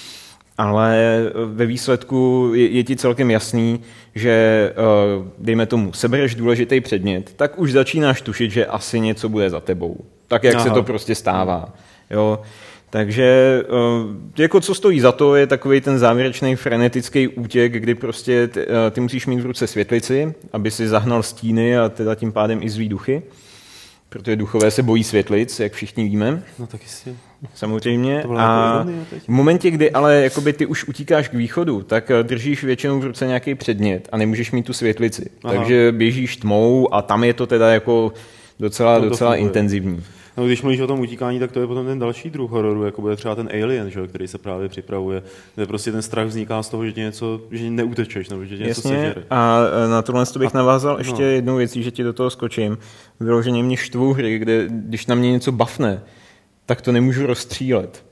Ale ve výsledku je, je ti celkem jasný, že dejme tomu, sebereš důležitý předmět, tak už začínáš tušit, že asi něco bude za tebou. Tak, jak Aha. se to prostě stává. Jo? Takže jako co stojí za to, je takový ten závěrečný frenetický útěk, kdy prostě ty, ty musíš mít v ruce světlici, aby si zahnal stíny a teda tím pádem i zlý duchy. Protože duchové se bojí světlic, jak všichni víme. No tak jistě. Samozřejmě. A v momentě, kdy ale jakoby ty už utíkáš k východu, tak držíš většinou v ruce nějaký předmět a nemůžeš mít tu světlici. Aha. Takže běžíš tmou a tam je to teda jako docela, to docela intenzivní. No, když mluvíš o tom utíkání, tak to je potom ten další druh hororu, jako bude třeba ten Alien, že, který se právě připravuje, kde prostě ten strach vzniká z toho, že ti něco, že neutečeš, nebo že ti něco sežere. A na tohle bych navázal a, ještě no. jednou věcí, že ti do toho skočím. Vyloženě mě štvou hry, kde když na mě něco bafne, tak to nemůžu rozstřílet.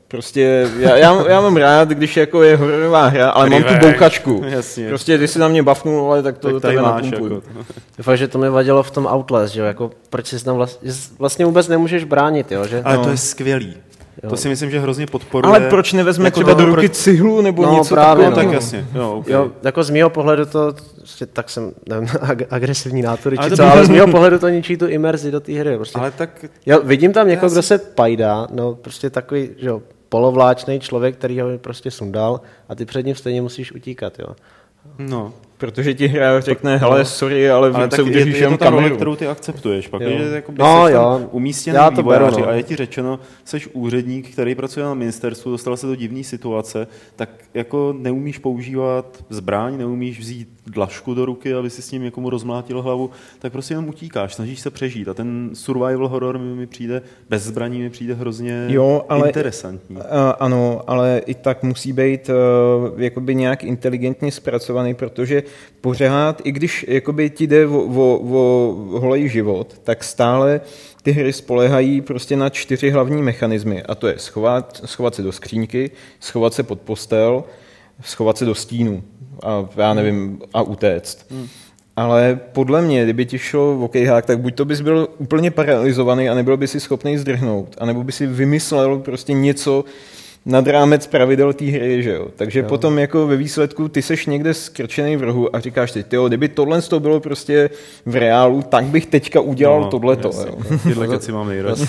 Prostě já, já, já mám rád, když jako je hororová hra, ale Rivek. Mám tu boukačku. Jasně. Prostě když si na mě buffnul, ale tak to tak tebe napumpuju. Jako. Fakt, že to mi vadilo v tom Outlast, že jo, jako proč si tam vlastně, vlastně vůbec nemůžeš bránit, jo, že? Ale no. to je skvělý. Jo. To si myslím, že hrozně podporuje. Ale proč nevezme jako třeba do ruky pro... cihlu nebo no, něco takového? No, tak jasně. Jo, okay. Jo, jako z mého pohledu to, tak jsem, nevím, ag- agresivní nátory, ale, či co, ale z mého pohledu to ničí tu imerzi do té hry. Prostě. Ale tak... Jo, vidím tam někoho, kdo se pajdá, no prostě takový, že jo, polovláčnej člověk, který ho prostě sundal a ty před ním stejně musíš utíkat, jo. No. Protože ti hráč řekne, hele, sorry, ale, ale se udržíš jenom kameru. Ale kterou ty akceptuješ, pak je jako no, jsi tam umístěný vývojáři no. A je ti řečeno, jsi úředník, který pracuje na ministerstvu, dostal se do divné situace, tak jako neumíš používat zbraň, neumíš vzít dlažku do ruky, aby si s ním někomu rozmlátil hlavu, tak prostě jenom utíkáš, snažíš se přežít. A ten survival horror mi, mi přijde, bez zbraní mi přijde hrozně jo, ale, interesantní. Uh, ano, ale i tak musí být uh, jakoby nějak inteligentně zpracovaný, protože pořád, i když jakoby ti jde o, o, o holej život, tak stále ty hry spolehají prostě na čtyři hlavní mechanismy. A to je schovat, schovat se do skřínky, schovat se pod postel, schovat se do stínu a já nevím, a utéct. Hmm. Ale podle mě, kdyby ti šlo v okejhák, tak buď to bys byl úplně paralizovaný a nebyl by si schopný zdrhnout, anebo by si vymyslel prostě něco nad rámec pravidel té hry, že jo. Takže jo. Potom jako ve výsledku ty seš někde skrčený v rohu a říkáš si, tyjo, kdyby tohle to bylo prostě v reálu, tak bych teďka udělal no, tohleto. Tyhle keci mám nejradši.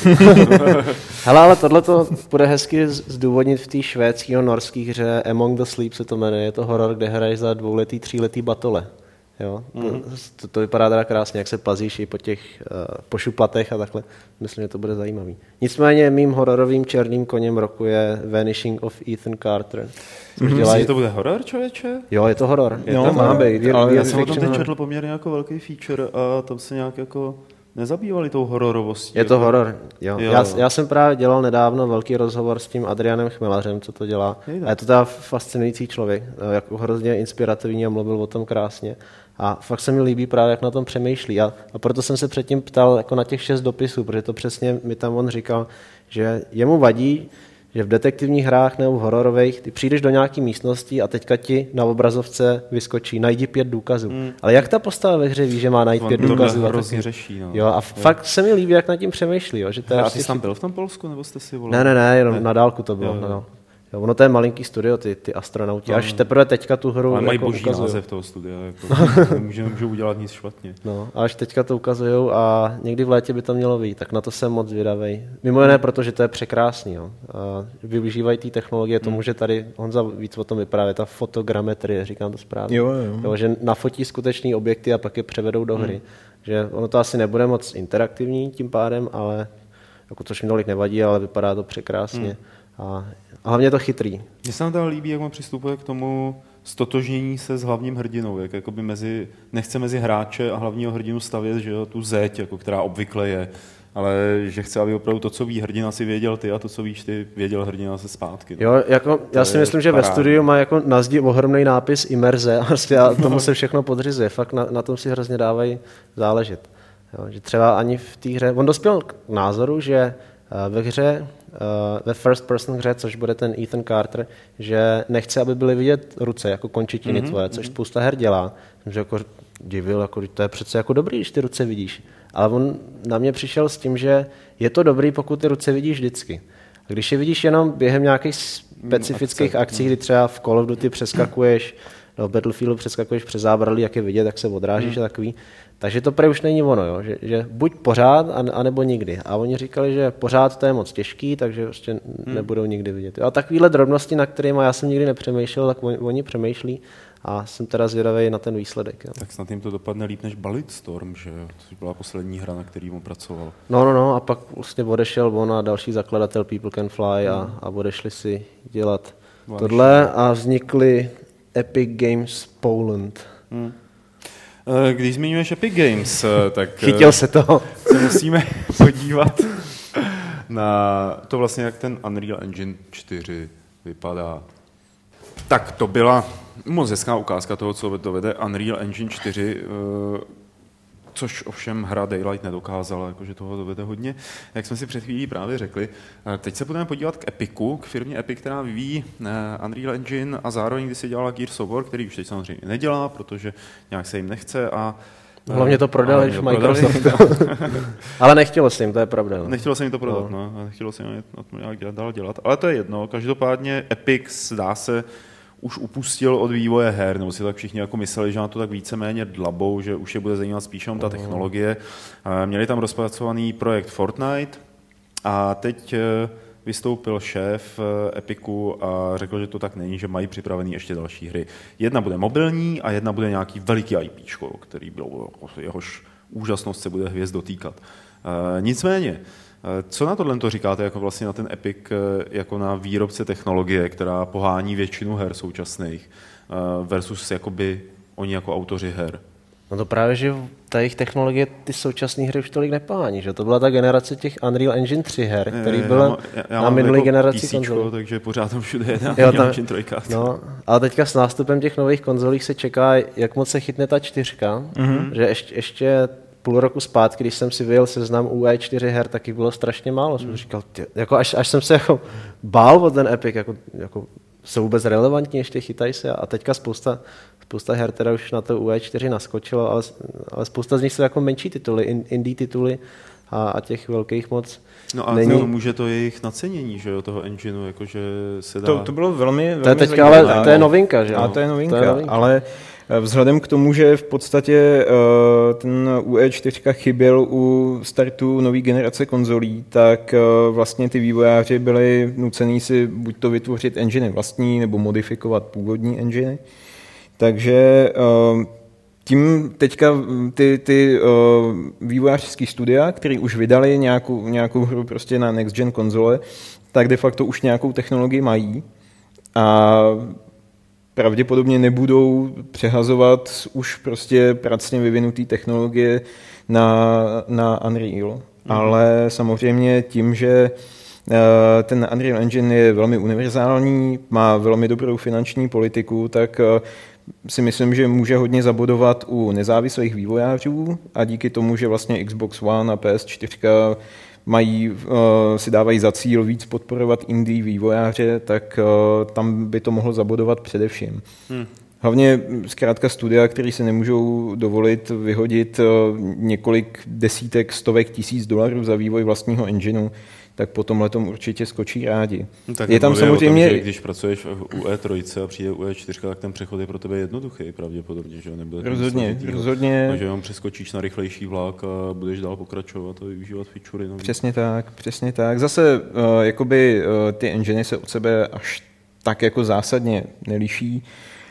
Hele, ale tohleto bude hezky zdůvodnit v té švédského norské hře Among the Sleep se to jmenuje. Je to horor, kde hraješ za dvouletý, tříletý batole. Jo? Mm. To, to vypadá teda krásně, jak se plazíš i po těch uh, pošuplatech a takhle. Myslím, že to bude zajímavý. Nicméně mým hororovým černým koněm roku je Vanishing of Ethan Carter. Mm-hmm. Dělají... Myslíš, že to bude horor, člověče? Jo, je to horor. Je no, to má být. Ale já jsem o tom teď četl poměrně jako velký feature a tam se nějak jako nezabývali tou hororovostí. Je to jako... horor, jo. jo. Já, já jsem právě dělal nedávno velký rozhovor s tím Adrianem Chmelařem, co to dělá. A je to teda fascinující člověk, jako hrozně inspirativní a mluvil o tom krásně. A fakt se mi líbí právě, jak na tom přemýšlí. A, a proto jsem se předtím ptal jako na těch šest dopisů, protože to přesně mi tam on říkal, že jemu vadí, že v detektivních hrách nebo v hororových ty přijdeš do nějaké místnosti a teďka ti na obrazovce vyskočí, najdi pět důkazů. Mm. Ale jak ta postava ve hře ví, že má najít on pět důkazů? To hrozně řeší. No. Jo, a jo. Fakt se mi líbí, jak nad tím přemýšlí. Jo, že to a ty jsi tam byl v tom Polsku, nebo jste si volali? Ne, ne, ne, jenom ne. Na dálku to bylo. Jo, jo. Jo, ono to je malinký studio, ty, ty astronauti, no, až teprve teďka tu hru ale mají jako boží ukazujou. název toho studia, jako, nemůžou, nemůžou udělat nic špatně. No, a až teďka to ukazujou a někdy v létě by to mělo být, tak na to jsem moc zvědavej. Mimo jiné, protože to je překrásný. Jo. A využívají té technologie tomu, hmm. že tady Honza víc o tom vyprávět, ta fotogrametrie, říkám to správně. Jo, jo. Jo, že nafotí skutečný objekty a pak je převedou do hry. Hmm. Že ono to asi nebude moc interaktivní tím pádem, ale jako což mi tolik nevadí, ale vypadá to překrásně. Hmm. A A hlavně je to chytrý. Mně se nám tam líbí, jak on přistupuje k tomu stotožnění se s hlavním hrdinou, jak jakoby mezi, nechce mezi hráče a hlavního hrdinu stavět, že jo, tu zeď, jako která obvykle je, ale že chce, aby opravdu to, co ví hrdina, si věděl ty a to, co víš ty, věděl hrdina se zpátky. No. Jo, jako, já si myslím, že parádný. Ve studiu má jako na zdi ohromný nápis Immerze a prostě a tomu se všechno podřizuje. Fakt na, na tom si hrozně dávají záležet. Jo, že třeba ani v té hře, on dospěl k názoru, že ve hře, ve first person hře, což bude ten Ethan Carter, že nechce, aby byly vidět ruce jako končetiny mm-hmm, tvoje, což mm-hmm. spousta her dělá. Že jako divil, jako, to je přece jako dobrý, když ty ruce vidíš. Ale on na mě přišel s tím, že je to dobrý, pokud ty ruce vidíš vždycky. A když je vidíš jenom během nějakých specifických mm, akcí, kdy třeba v Call of Duty přeskakuješ, no v Battlefieldu přeskakuješ přes zábralí, jak je vidět, jak se odrážíš mm. a takový. Takže to prej už není ono, jo? Že, že buď pořád, anebo nikdy. A oni říkali, že pořád to je moc těžký, takže prostě hmm. nebudou nikdy vidět. A takovýhle drobnosti, na kterými já jsem nikdy nepřemýšlel, tak oni, oni přemýšlí a jsem teda zvědavý na ten výsledek. Jo? Tak snad jim to dopadne líp než Bulletstorm, že jo? To byla poslední hra, na který on pracoval. No, no, no, a pak vlastně odešel on a další zakladatel People Can Fly a, hmm. a odešli si dělat Váš. tohle a vznikly Epic Games Poland. Hmm. Když zmiňuješ Epic Games, tak chytil se toho. Se musíme podívat na to vlastně, jak ten Unreal Engine čtyři vypadá. Tak to byla moc hezká ukázka toho, co dovede Unreal Engine čtyři. což ovšem hra Daylight nedokázala, jakože toho dovede hodně. Jak jsme si před chvílí právě řekli, teď se budeme podívat k Epicu, k firmě Epic, která vyvíjí Unreal Engine a zároveň, když si dělala Gears of War, který už teď samozřejmě nedělá, protože nějak se jim nechce a hlavně to prodali v Microsoftu. Ale nechtělo se jim, to je pravda. No. Nechtělo se jim to prodat, no. no. Nechtělo se jim to nějak dál dělat. Ale to je jedno. Každopádně Epic, zdá se, už upustil od vývoje her, nebo si tak všichni jako mysleli, že na to tak víceméně dlabou, že už je bude zajímat spíše ta technologie. Měli tam rozpracovaný projekt Fortnite a teď vystoupil šéf Epicu a řekl, že to tak není, že mají připravený ještě další hry. Jedna bude mobilní a jedna bude nějaký veliký IPčko, který byl, jehož úžasnost se bude hvězd dotýkat. Nicméně, co na tohle to říkáte, jako vlastně na ten Epic, jako na výrobce technologie, která pohání většinu her současných, versus jakoby oni jako autoři her? No to právě, že ta jejich technologie ty současné hry už tolik nepání, že to byla ta generace těch Unreal Engine tři her, který byl na minulý jako generaci konzolí. Takže pořád tam všude je na jo, tam, Engine tři. No, ale teďka s nástupem těch nových konzolí se čeká, jak moc se chytne ta čtyřka, mm-hmm. že ještě, ještě půl roku zpátky, když jsem si vyjel seznam U E čtyři her, taky bylo strašně málo. Jsem mm. říkal, tě, jako až, až jsem se jako bál o ten Epic, jako, jako jsou vůbec relevantní, ještě chytají se a teďka spousta Spousta her teda už na to U E čtyři naskočilo, ale, ale spousta z nich jsou jako menší tituly, indie tituly a, a těch velkých moc no a není. No, může to jejich nacenění, že jo, toho engineu, jakože se dá... To, to bylo velmi, velmi to je teďka, ale to je novinka, že jo? A to je novinka, to je novinka. ale vzhledem k tomu, že v podstatě uh, ten U E čtyři chyběl u startu nové generace konzolí, tak uh, vlastně ty vývojáři byli nucení si buď to vytvořit engine vlastní, nebo modifikovat původní engine. Takže tím teďka ty, ty vývojářské studia, které už vydali nějakou, nějakou hru prostě na next gen konzole, tak de facto už nějakou technologii mají a pravděpodobně nebudou přehazovat už prostě pracně vyvinutý technologie na, na Unreal. Mm. Ale samozřejmě tím, že ten Unreal Engine je velmi univerzální, má velmi dobrou finanční politiku, tak si myslím, že může hodně zabodovat u nezávislých vývojářů a díky tomu, že vlastně Xbox One a P S čtyři mají, si dávají za cíl víc podporovat indie vývojáře, tak tam by to mohlo zabodovat především. Hmm. Hlavně zkrátka studia, které se nemůžou dovolit vyhodit několik desítek, stovek tisíc dolarů za vývoj vlastního engineu, tak po tomhle tomu určitě skočí rádi. No tak je tam samozřejmě... tom, že když pracuješ u E tři a přijde u E čtyři, tak ten přechod je pro tebe jednoduchý pravděpodobně, že nebude rozhodně, rozhodně. Takže jenom přeskočíš na rychlejší vlak a budeš dál pokračovat a využívat featurey. Nový. Přesně tak, přesně tak. Zase uh, jakoby uh, ty enginy se od sebe až tak jako zásadně neliší.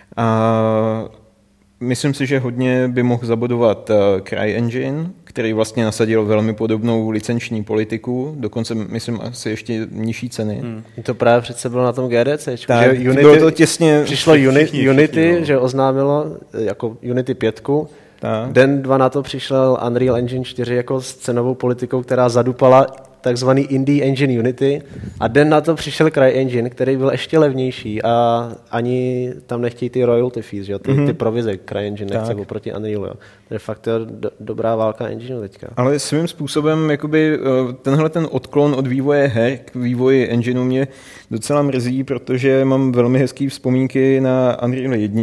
A myslím si, že hodně by mohl zabodovat uh, CryEngine, který vlastně nasadil velmi podobnou licenční politiku, dokonce myslím asi ještě nižší ceny. Hmm. To právě přece bylo na tom G D C. Tak, že Unity, bylo to těsně... Přišlo Uni, všichni, Unity, všichni, no. že oznámilo jako Unity pět. Tak. Den dva na to přišel Unreal Engine čtyři jako s cenovou politikou, která zadupala takzvaný Indie Engine Unity a den na to přišel CryEngine, který byl ještě levnější a ani tam nechtějí ty royalty fees, že? Ty, mm-hmm. ty provize CryEngine nechce oproti Unrealu. Jo. To je fakt do, dobrá válka engineu teďka. Ale svým způsobem jakoby, tenhle ten odklon od vývoje her k vývoji engineu mě docela mrzí, protože mám velmi hezký vzpomínky na Unreal jedna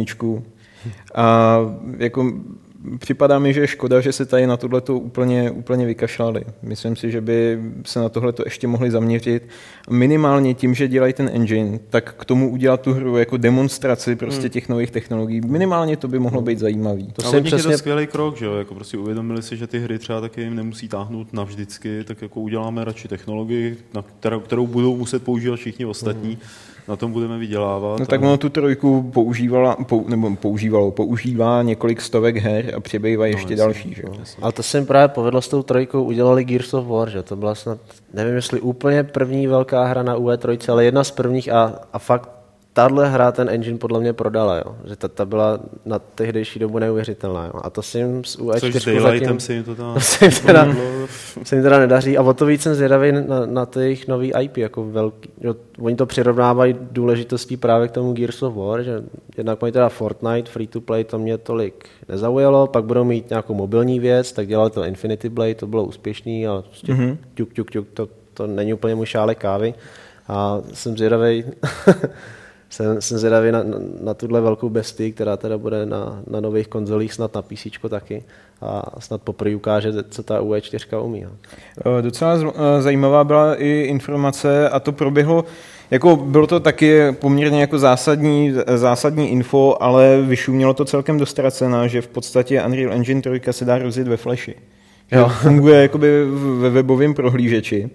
a jako připadá mi, že je škoda, že se tady na tohleto úplně, úplně vykašlali. Myslím si, že by se na tohleto ještě mohli zaměřit. Minimálně tím, že dělají ten engine, tak k tomu udělat tu hru jako demonstraci prostě hmm. těch nových technologií. Minimálně to by mohlo být zajímavý. To ale přesně... je to skvělý krok, že jo? Jako prostě uvědomili si, že ty hry třeba taky jim nemusí táhnout navždycky, tak jako uděláme radši technologii, na kterou, kterou budou muset používat všichni ostatní. Hmm. Na tom budeme vydělávat. No tak ono tu trojku používala, pou, nebo používalo, používá několik stovek her a přibývají no, ještě jasný, další. Že? No. Ale to se jim právě povedlo s tou trojkou, udělali Gears of War, že to byla snad, nevím jestli úplně první velká hra na U E tři, ale jedna z prvních a, a fakt tahle hra ten engine podle mě prodala, jo. Že ta, ta byla na tehdejší dobu neuvěřitelná. Jo. A to si jim z U E čtyři Což s Daylightem si jim to tam... se jim teda, se jim teda nedaří. A o to víc jsem zvědavý na, na ty jejich nový I P. Jako velký, jo. Oni to přirovnávají důležitostí právě k tomu Gears of War, že jednak mají teda Fortnite, free to play, to mě tolik nezaujalo, pak budou mít nějakou mobilní věc, tak dělali to Infinity Blade, to bylo úspěšný, ale prostě mm-hmm. ťuk, ťuk, ťuk, to, to není úplně můj šálek kávy. A jsem zvědavý... Jsem, jsem zvědavý na, na, na tuhle velkou bestii, která teda bude na, na nových konzolích, snad na PCčko taky a snad poprvé ukáže, co ta U E čtyři umí. No. Docela zajímavá byla i informace a to proběhlo, jako bylo to taky poměrně jako zásadní, zásadní info, ale vyšumělo to celkem do ztracena, že v podstatě Unreal Engine tři se dá rozjet ve Flashi. Jo. Funguje jakoby ve webovém prohlížeči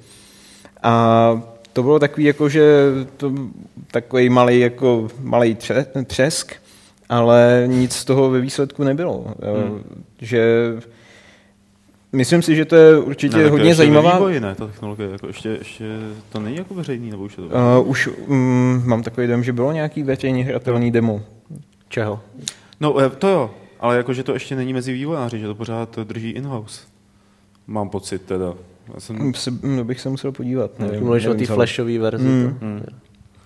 a to bylo takový jako, že to takový malý jako malý třesk, ale nic z toho ve výsledku nebylo. Hmm. Že myslím si, že to je určitě ne, hodně zajímavá. Ve vývoji, ne, ta technologie, jako ještě, ještě to není jako veřejný, nebo už je to? Uh, už um, mám takový dojem, že bylo nějaký veřejně hratelný demo. Čeho? No to jo, ale jako, že to ještě není mezi vývojáři, že to pořád drží in-house. Mám pocit teda. Já jsem... Se, no bych se musel podívat. Nevím, mluvíš o té flashové verzi. Mm. To, mm.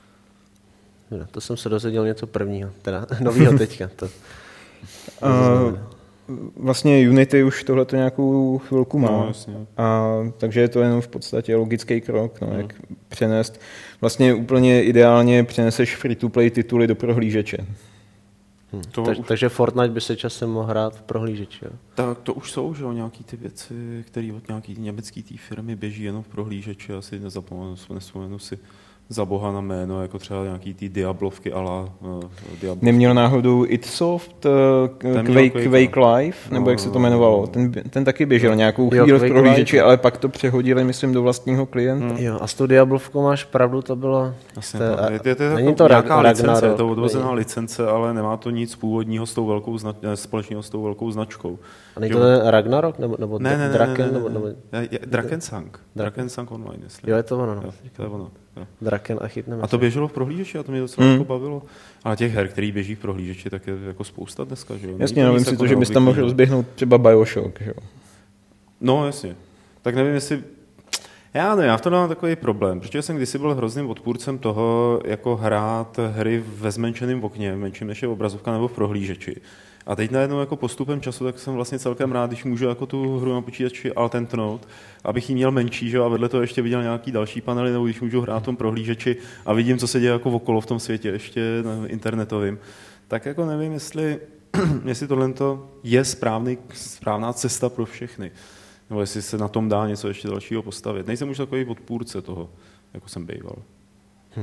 to. to jsem se dozvěděl něco prvního, teda novýho teďka. To, to uh, vlastně Unity už tohleto nějakou chvilku má. No, a, takže je to jenom v podstatě logický krok, no, mm. jak přenést. Vlastně úplně ideálně přeneseš free-to-play tituly do prohlížeče. Hmm. Tak, už... Takže Fortnite by se časem mohl hrát v prohlížeči. Jo? Tak to už jsou, že jo, nějaký ty věci, které od nějaký německý té firmy běží jenom v prohlížeči, asi nezapomenu, nespomenu si za boha na jméno, jako třeba nějaký ty Diablovky ala uh, Diablovky. Neměl náhodou Itsoft uh, Quake, Quake, Quake Live, nebo no, jak se to jmenovalo? Ten, ten taky běžel no. nějakou chvíli jo, v prohlížeči, Live. Ale pak to přehodili, myslím, do vlastního klienta. Hmm. Jo, a s tou Diablovkou máš pravdu, to bylo... Asi, to, je, je, je, není to nějaká licence, je to odvozená licence, ale nemá to nic původního s tou velkou znač, společného s tou velkou značkou. A není to ten Ragnarok? Nebo, nebo ne, ne, Draken? Ne, ne, nebo, nebo... Drakensang. Drakensang Online, jestli. Jo, je to ono. No. Jo, to je ono. Draken a chytneme. A to běželo v prohlížeči a to mě docela mm. jako bavilo. Ale těch her, který běží v prohlížeči, tak je jako spousta dneska, že jo? Jasně, nevím si to, že bys tam mohl rozběhnout třeba BioShock, že jo? No, jasně. Tak nevím, jestli... Já ne, já v tom mám takový problém, protože jsem kdysi byl hrozným odpůrcem toho, jako hrát hry ve zmenšeném okně, menším než je obrazovka nebo v prohlížeči. A teď najednou jako postupem času, tak jsem vlastně celkem rád, když můžu jako tu hru na počítači altentnout, abych ji měl menší, že? A vedle toho ještě viděl nějaký další panely, nebo když můžu hrát v tom prohlížeči a vidím, co se děje jako okolo v tom světě, ještě internetovým. Tak jako nevím, jestli, jestli tohle je správný, správná cesta pro všechny. Nebo jestli se na tom dá něco ještě dalšího postavit. Nejsem už takový odpůrce toho, jako jsem býval. Hm,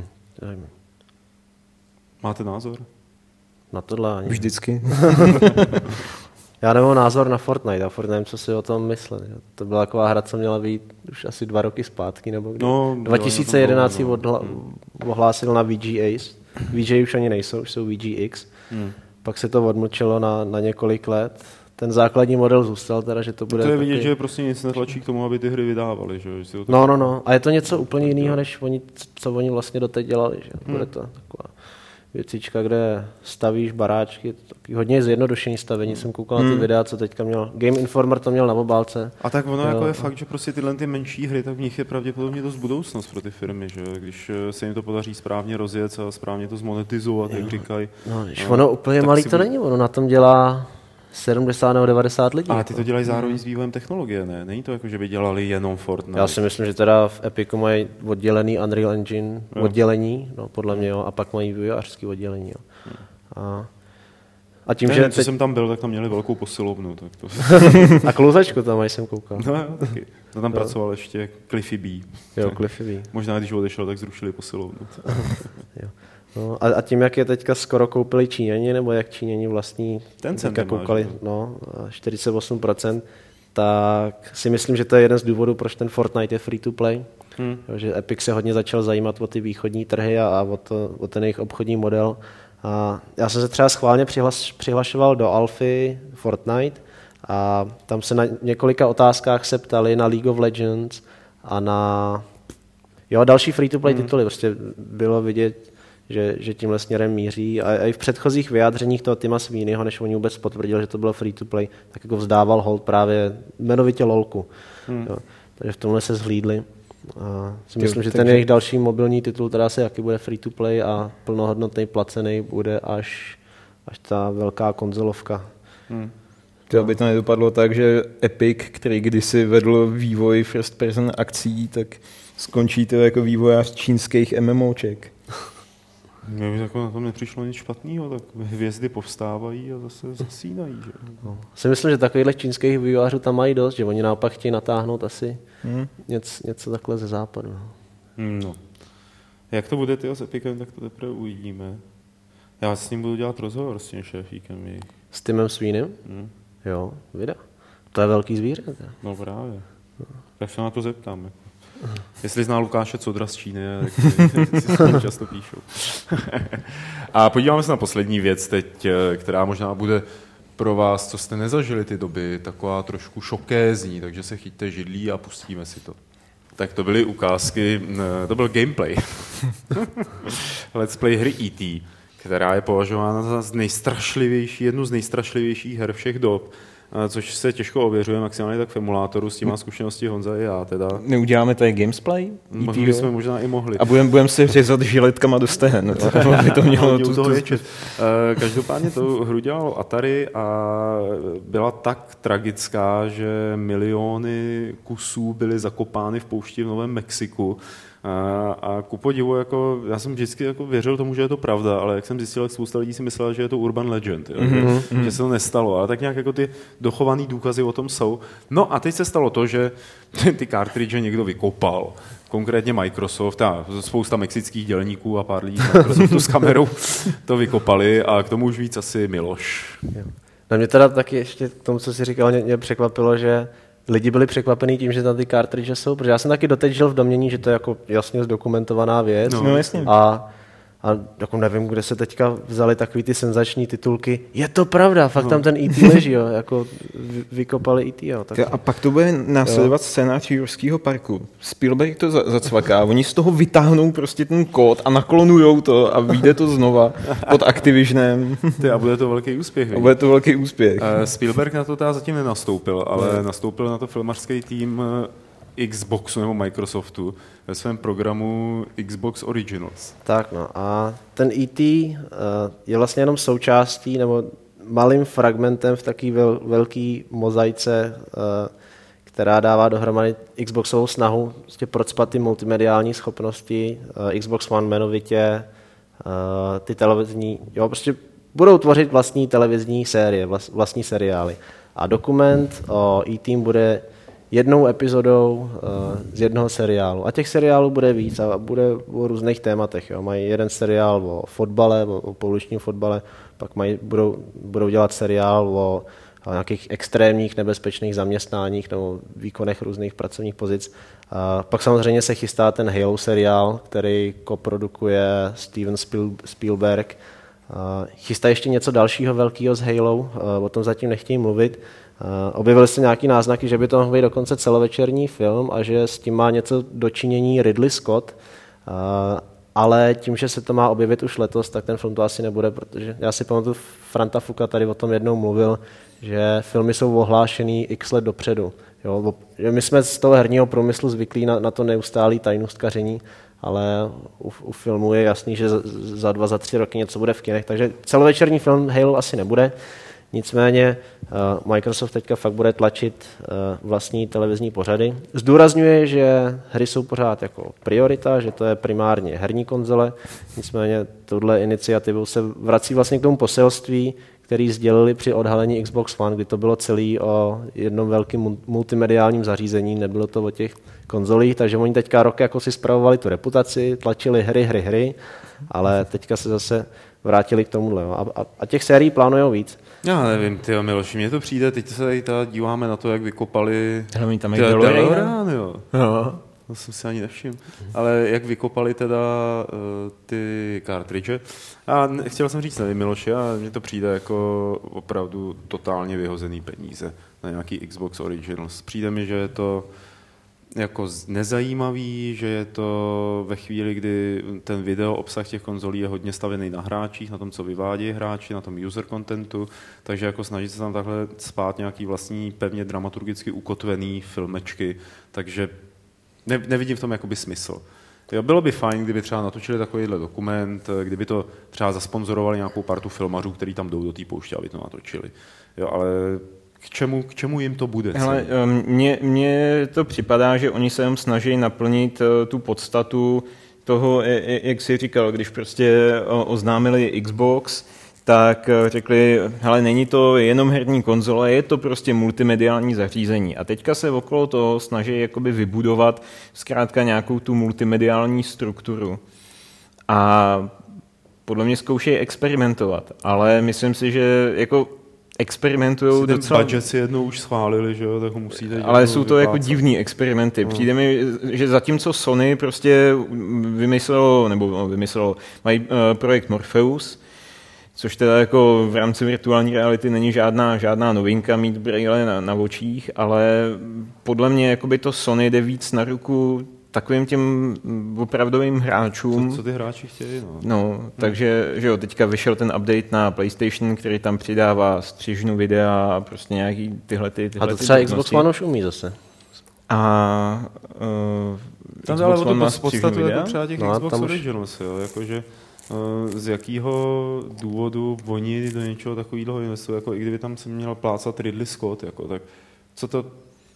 Máte názor? Na tohle ani. Vždycky. Já nemám názor na Fortnite a furt nevím, co si o tom myslet. To byla taková hra, co měla být už asi dva roky zpátky, nebo kdy. No, dva tisíce jedenáct no, no. Odhla- ohlásil na V G As. V G už ani nejsou, už jsou V G X. Hmm. Pak se to odmlčelo na, na několik let. Ten základní model zůstal teda, že to bude... To je vidět, taky... že prostě nic netlačí k tomu, aby ty hry vydávali, že? Že no, no, no. A je to něco úplně jiného, než oni, co oni vlastně doteď dělali, že? Hmm. Bude to taková věcička, kde stavíš baráčky, taky hodně zjednodušení stavení, jsem koukal hmm. na ty videa, co teďka měl. Game Informer to měl na obálce. A tak ono jo. Jako je fakt, že prostě tyhle ty menší hry, tak v nich je pravděpodobně dost budoucnost pro ty firmy, že když se jim to podaří správně rozjet a správně to zmonetizovat, jak říkají. No, no, ono úplně malý to bude... není, ono na tom dělá sedmdesát nebo devadesát lidí. Ale ty to dělají zároveň s vývojem technologie, ne? Není to jako, že by dělali jenom Fortnite. Já si myslím, že teda v Epicu mají oddělený Unreal Engine jo. oddělení, no podle mě jo, a pak mají vývojářský oddělení. Jo. A, a tím, ne, že ne, co teď... jsem tam byl, tak tam měli velkou posilovnu. Tak to... a klouzačku tam mají, jsem koukal. No jo, taky. To tam no. pracoval ještě Cliffy B. Jo, Cliffy B. Možná, když odešel, tak zrušili posilovnu. jo. No, a, a tím, jak je teďka skoro koupili Číňani, nebo jak Číňani vlastní ten teďka koukali, no, čtyřicet osm procent, tak si myslím, že to je jeden z důvodů, proč ten Fortnite je free to play. Hmm. Jo, že Epic se hodně začal zajímat o ty východní trhy a, a o, to, o ten jejich obchodní model. A já jsem se třeba schválně přihlas, přihlašoval do Alfy Fortnite a tam se na několika otázkách se ptali na League of Legends a na jo, další free to play hmm. tituly. Prostě bylo vidět, že, že tímhle směrem míří. A, a i v předchozích vyjádřeních toho Tima Sweeneyho, než oni vůbec potvrdil, že to bylo free to play, tak jako vzdával hold právě jmenovitě lolku. Hmm. Jo. Takže v tomhle se zhlídli. A si myslím, že ten jejich další mobilní titul teda se jaký bude free to play a plnohodnotný placený bude až, až ta velká konzolovka. Hmm. To aby to nedopadlo tak, že Epic, který kdysi vedl vývoj first person akcí, tak skončí to jako vývojář čínských MMOček. Mně by jako na tom nepřišlo nic špatného, tak hvězdy povstávají a zase zasínají. Že? No. Si myslím, že takovýchhle čínských vývojářů tam mají dost, že oni naopak chtějí natáhnout asi hmm. něco, něco takhle ze západu. No. Jak to bude tyho s Epicem, tak to teprve uvidíme. Já s ním budu dělat rozhovor s tím šéfíkem. Jejich. S Timem Sweeneym? Hmm. Jo, vida. To je velký zvíře. Tak. No právě. Tak se na to zeptám. Jako. Jestli zná Lukáše Codra z Číny, tak si s tím často píšou. A podíváme se na poslední věc teď, která možná bude pro vás, co jste nezažili ty doby, taková trošku šokézní, takže se chyťte židlí a pustíme si to. Tak to byly ukázky, to byl gameplay. Let's play hry E T, která je považována za nejstrašlivější, jednu z nejstrašlivějších her všech dob. Což se těžko ověřuje, maximálně tak v emulátoru, s tím má zkušenosti Honza i já teda. Neuděláme tady gamesplay? Mohli bychom možná i mohli. A budeme budem si řezat žiletkama do stehen. By to mělo tu, tu... Každopádně to hru dělalo Atari a byla tak tragická, že miliony kusů byly zakopány v poušti v Novém Mexiku. A, a ku podivu, jako, já jsem vždycky jako věřil tomu, že je to pravda, ale jak jsem zjistil, jak spousta lidí si myslela, že je to urban legend, jo, mm-hmm. že, že se to nestalo, ale tak nějak jako ty dochované důkazy o tom jsou. No a teď se stalo to, že ty cartridge někdo vykopal, konkrétně Microsoft, a spousta mexických dělníků a pár lidí z Microsoftu s kamerou to vykopali a k tomu už víc asi Miloš. Na mě teda taky ještě k tomu, co jsi říkal, mě, mě překvapilo, že lidi byli překvapení tím, že tam ty cartridge jsou, protože já jsem taky doteď žil v domnění, že to je jako jasně zdokumentovaná věc. No, no jasně. A, a jako nevím, kde se teďka vzali takový ty senzační titulky. Je to pravda, fakt no. Tam ten E T leží, jo, jako vykopali E T. Jo, tak... A pak to bude následovat jo. Scénář Jurského parku. Spielberg to zacvaká, oni z toho vytáhnou prostě ten kód a naklonujou to a vyjde to znova pod Activisionem. Ty, a bude to velký úspěch. A bude to velký úspěch. Uh, Spielberg na to teda zatím nenastoupil, ale no. nastoupil na to filmařský tým Xboxu nebo Microsoftu ve svém programu Xbox Originals. Tak no a ten E T uh, je vlastně jenom součástí nebo malým fragmentem v takové vel, velké mozaice, uh, která dává dohromady Xboxovou snahu prostě procpat ty multimediální schopnosti, uh, Xbox One jmenovitě, uh, ty televizní, jo, prostě budou tvořit vlastní televizní série, vlast, vlastní seriály. A dokument o E-Team bude jednou epizodou uh, z jednoho seriálu. A těch seriálů bude víc a bude o různých tématech. Jo. Mají jeden seriál o fotbale, o, o pouličním fotbale, pak mají, budou, budou dělat seriál o, o nějakých extrémních nebezpečných zaměstnáních nebo výkonech různých pracovních pozic. A pak samozřejmě se chystá ten Halo seriál, který koprodukuje Steven Spiel, Spielberg. A chystá ještě něco dalšího velkého z Halo, o tom zatím nechtějí mluvit. Uh, objevily se nějaký náznaky, že by to mohl být dokonce celovečerní film a že s tím má něco dočinění Ridley Scott, uh, ale tím, že se to má objevit už letos, tak ten film to asi nebude, protože já si pamatuju, Franta Fuka tady o tom jednou mluvil, že filmy jsou ohlášený x let dopředu. Jo? My jsme z toho herního průmyslu zvyklí na, na to neustálé tajnůstkaření, ale u, u filmu je jasný, že za, za dva, za tři roky něco bude v kinech, takže celovečerní film Halo asi nebude. Nicméně uh, Microsoft teďka fakt bude tlačit uh, vlastní televizní pořady. Zdůrazňuje, že hry jsou pořád jako priorita, že to je primárně herní konzole. Nicméně touhle iniciativou se vrací vlastně k tomu poselství, který sdělili při odhalení Xbox One, kdy to bylo celý o jednom velkým multimediálním zařízení, nebylo to o těch konzolích, takže oni teďka rok jako si spravovali tu reputaci, tlačili hry, hry, hry, ale teďka se zase vrátili k tomuhle. A, a, a těch sérií plánujou víc. Já nevím, tyjo, Miloši, mně to přijde, teď se tady ta díváme na to, jak vykopali Hele, tam je DeLorean, jo. No. To jsem si ani nevšiml. Ale jak vykopali teda uh, ty cartridge. A chtěl jsem říct, nevím, Miloši, a mně to přijde jako opravdu totálně vyhozený peníze na nějaký Xbox Originals. Přijde mi, že je to jako nezajímavý, že je to ve chvíli, kdy ten video obsah těch konzolí je hodně stavěný na hráčích, na tom, co vyvádějí hráči, na tom user contentu, takže jako snažit se tam takhle spát nějaký vlastní pevně dramaturgicky ukotvený filmečky, takže ne, nevidím v tom jakoby smysl. Jo, bylo by fajn, kdyby třeba natočili takovýhle dokument, kdyby to třeba zasponzorovali nějakou partu filmařů, který tam jdou do té pouště, aby to natočili. Jo, ale k čemu, k čemu jim to bude? Hele, mně, mně to připadá, že oni se jim snaží naplnit tu podstatu toho, jak jsi říkal, když prostě oznámili Xbox, tak řekli, hele, není to jenom herní konzole, je to prostě multimediální zařízení. A teďka se okolo toho snaží jakoby vybudovat zkrátka nějakou tu multimediální strukturu. A podle mě zkoušejí experimentovat, ale myslím si, že jako experimentujou docela... Ten budget si jednou už schválili, že jo, tak ho musíte... Ale jsou to vyplácat. Jako divní experimenty. Přijde mi, že zatímco Sony prostě vymyslelo, nebo vymyslelo, mají uh, projekt Morpheus, což teda jako v rámci virtuální reality není žádná, žádná novinka mít brýle na, na očích, ale podle mě jakoby to Sony jde víc na ruku takovým těm opravdovým hráčům. Co, co ty hráči chtějí, no. No, hmm. takže, že jo, teďka vyšel ten update na PlayStation, který tam přidává střižnu videa a prostě nějaký tyhle ty tyhle A to třeba Xbox One už umí zase. A uh, tam Xbox One má střižnu videa? Jako třeba těch no, Xbox Originals, jo, jakože z jakého důvodu oni do něčeho takového investují, jako i kdyby tam se měl plácat Ridley Scott, jako, tak co to,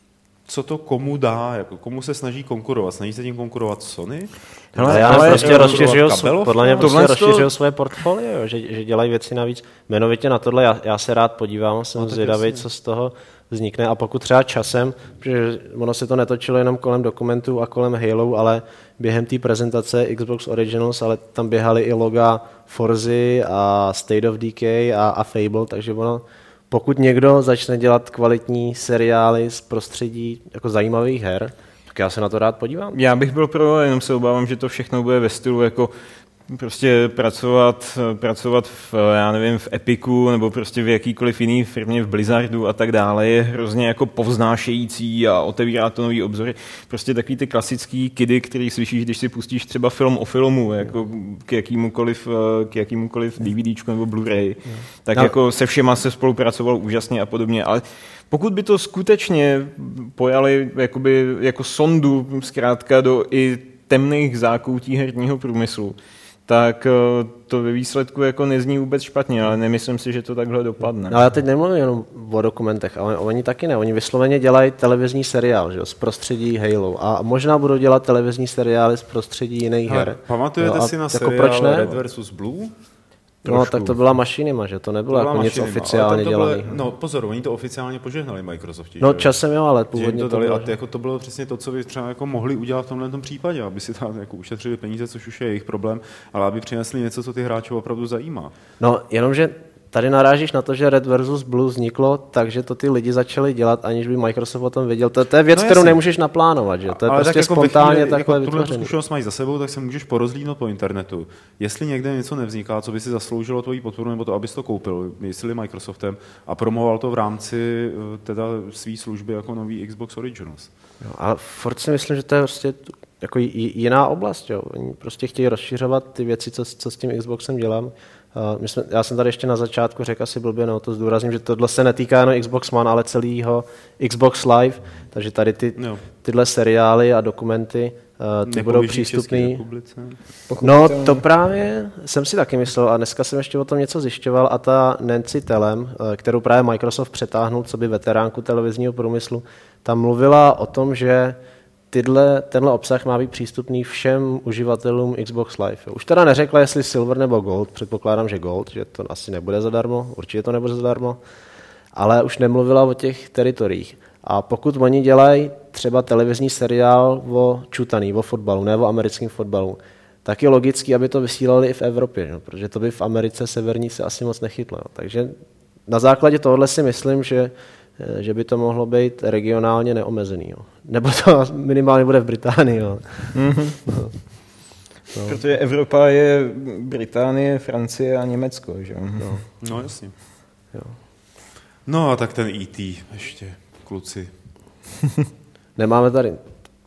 co to komu dá, jako, komu se snaží konkurovat? Snaží se tím konkurovat Sony? Hele, já ale prostě rozšiřují, podle mě prostě rozšiřují svoje portfolio, že, že dělají věci navíc. Jmenovitě na tohle já, já se rád podívám, jsem no, zvědavý, co z toho vznikne a pokud třeba časem, protože ono se to netočilo jenom kolem dokumentů a kolem Halo, ale během té prezentace Xbox Originals, ale tam běhaly i loga Forzy a State of Decay a, a Fable, takže ono, pokud někdo začne dělat kvalitní seriály z prostředí jako zajímavých her, tak já se na to rád podívám. Já bych byl pro, jenom se obávám, že to všechno bude ve stylu jako prostě pracovat, pracovat v, já nevím, v Epiku nebo prostě v jakýkoliv jiný firmě, v Blizzardu a tak dále je hrozně jako povznášející a otevírá to nový obzory. Prostě takový ty klasický kidy, který slyšíš, když si pustíš třeba film o filmu, jako k jakýmukoliv, k jakýmukoliv DVDčku nebo Blu-ray, tak no. Jako se všema se spolupracovalo úžasně a podobně, ale pokud by to skutečně pojali jakoby, jako sondu zkrátka do i temných zákoutí herního průmyslu, tak to ve výsledku jako nezní vůbec špatně, ale nemyslím si, že to takhle dopadne. No, já teď nemluvím jenom o dokumentech, ale oni taky ne. Oni vysloveně dělají televizní seriál, že jo, z prostředí Halo a možná budou dělat televizní seriály z prostředí jiných her. Pamatujete jo, si na jako seriál Red versus. Blue? Trošku. No, tak to byla Machinima, že? To nebylo to jako něco oficiálně dělané. No, pozor, oni to oficiálně požehnali Microsofti. No, časem jo, ale původně to, to dali, bylo. A jako to bylo přesně to, co by třeba jako mohli udělat v tomhle případě, aby si tam jako ušetřili peníze, což už je jejich problém, ale aby přinesli něco, co ty hráče opravdu zajímá. No, jenomže tady narážíš na to, že Red versus. Blue vzniklo, takže to ty lidi začali dělat, aniž by Microsoft o tom věděl. To, to je věc, no, kterou nemůžeš naplánovat, že? To je ale prostě tak jako spontánně chvíli, takhle jako vytvořený. Zkušenost mají za sebou, tak se můžeš porozlídnout po internetu. Jestli někde něco nevzniká, co by si zasloužilo tvoji podporu, nebo to, abys to koupil, myslili Microsoftem a promoval to v rámci teda své služby jako nový Xbox Originals. Jo, ale furt si myslím, že to je prostě jako jiná oblast, jo. Oni prostě chtějí rozšiřovat ty věci, co, co s tím Xboxem dělám. Uh, my jsme, já jsem tady ještě na začátku řekl asi blbě, no to zdůrazním, že tohle se netýká jenom Xbox One, ale celého Xbox Live, takže tady ty, no. tyhle seriály a dokumenty uh, ty budou přístupný. No to právě jsem si taky myslel a dneska jsem ještě o tom něco zjišťoval a ta Nancy Tellem, uh, kterou právě Microsoft přetáhnul, co by veteránku televizního průmyslu, tam mluvila o tom, že Tyhle, tenhle obsah má být přístupný všem uživatelům Xbox Live. Už teda neřekla, jestli Silver nebo Gold, předpokládám, že Gold, že to asi nebude zadarmo, určitě to nebude zadarmo, ale už nemluvila o těch teritoriích. A pokud oni dělají třeba televizní seriál o čutaný, o fotbalu, ne o americkém fotbalu, tak je logický, aby to vysílali i v Evropě, no, protože to by v Americe severní se asi moc nechytlo. No. Takže na základě tohohle si myslím, že že by to mohlo být regionálně neomezený. Jo. Nebo to minimálně bude v Británii. Jo. Mm-hmm. No. No. Protože Evropa je Británie, Francie a Německo. Že? No. no jasně. Jo. No a tak ten E T ještě, kluci. Nemáme tady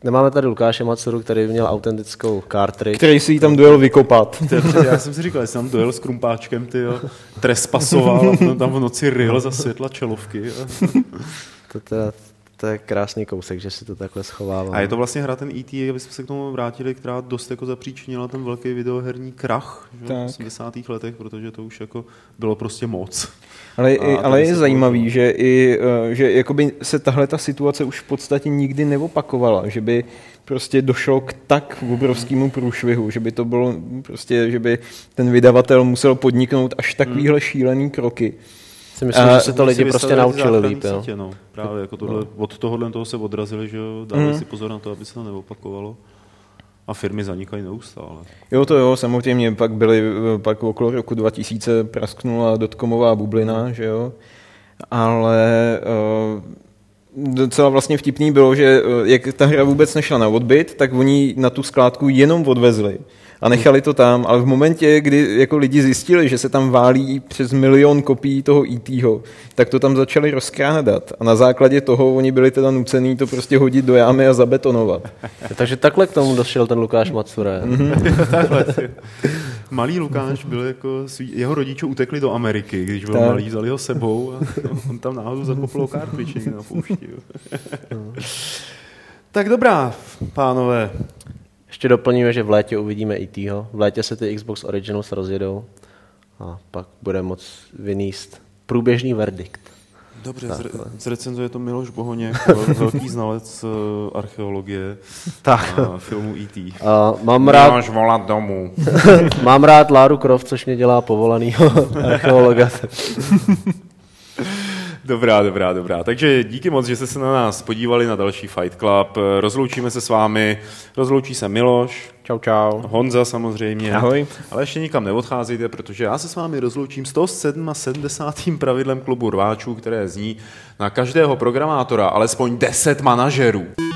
nemáme tady Lukáše Matsuru, který měl autentickou cartridge. Který si ji tam dojel vykopat. Já jsem si říkal, jestli tam dojel s krumpáčkem, ty jo, trespasoval a tam v noci ryl za světla čelovky. To, teda, to je krásný kousek, že si to takhle schovává. A je to vlastně hra ten E T, aby jsme se k tomu vrátili, která dost jako zapříčinila ten velký videoherní krach že, v osmdesátých letech, protože to už jako bylo prostě moc. Ale, ale je zajímavý, že, i, že jakoby se tahle ta situace už v podstatě nikdy neopakovala, že by prostě došlo k tak obrovskému průšvihu, že by to bylo prostě, že by ten vydavatel musel podniknout až takovýhle hmm. šílený kroky. Si myslím, a že se to lidi prostě naučili líp. Sítě, no. Právě jako tohle, no. Od tohohle toho se odrazili, že dávali hmm. si pozor na to, aby se to neopakovalo. A firmy zanikají neustále. Jo, to jo, samozřejmě pak byly, pak okolo roku dva tisíce prasknula dotcomová bublina, že jo, ale uh, docela vlastně vtipný bylo, že jak ta hra vůbec nešla na odbyt, tak oni na tu skládku jenom odvezli a nechali to tam, ale v momentě, kdy jako lidi zjistili, že se tam válí přes milion kopií toho E T ho, tak to tam začali rozkrádat a na základě toho oni byli teda nucený to prostě hodit do jámy a zabetonovat. Takže takhle k tomu došel ten Lukáš Matsura. Takhle. Malý Lukáš byl jako, svý, jeho rodiče utekli do Ameriky, když byl tak. malý, vzali ho sebou a on tam náhodou zakopl cartridge někde na poušti. Tak dobrá, pánové. Ještě doplníme, že v létě uvidíme E T ho. V létě se ty Xbox Originals rozjedou a pak bude moc vyníst průběžný verdikt. Dobře, zre- zrecenzuje to Miloš Bohoněk, velký znalec uh, archeologie tak. a filmu E T. Uh, mám rád... Miloš volat domů. Mám rád Láru Croft, což mě dělá povolanýho archeologa. Dobrá, dobrá, dobrá. Takže díky moc, že jste se na nás podívali na další Fight Club. Rozloučíme se s vámi. Rozloučí se Miloš. Čau, čau. Honza samozřejmě. Ahoj. Ale ještě nikam neodcházejte, protože já se s vámi rozloučím sto sedmdesátým pravidlem klubu rváčů, které zní na každého programátora alespoň deset manažerů.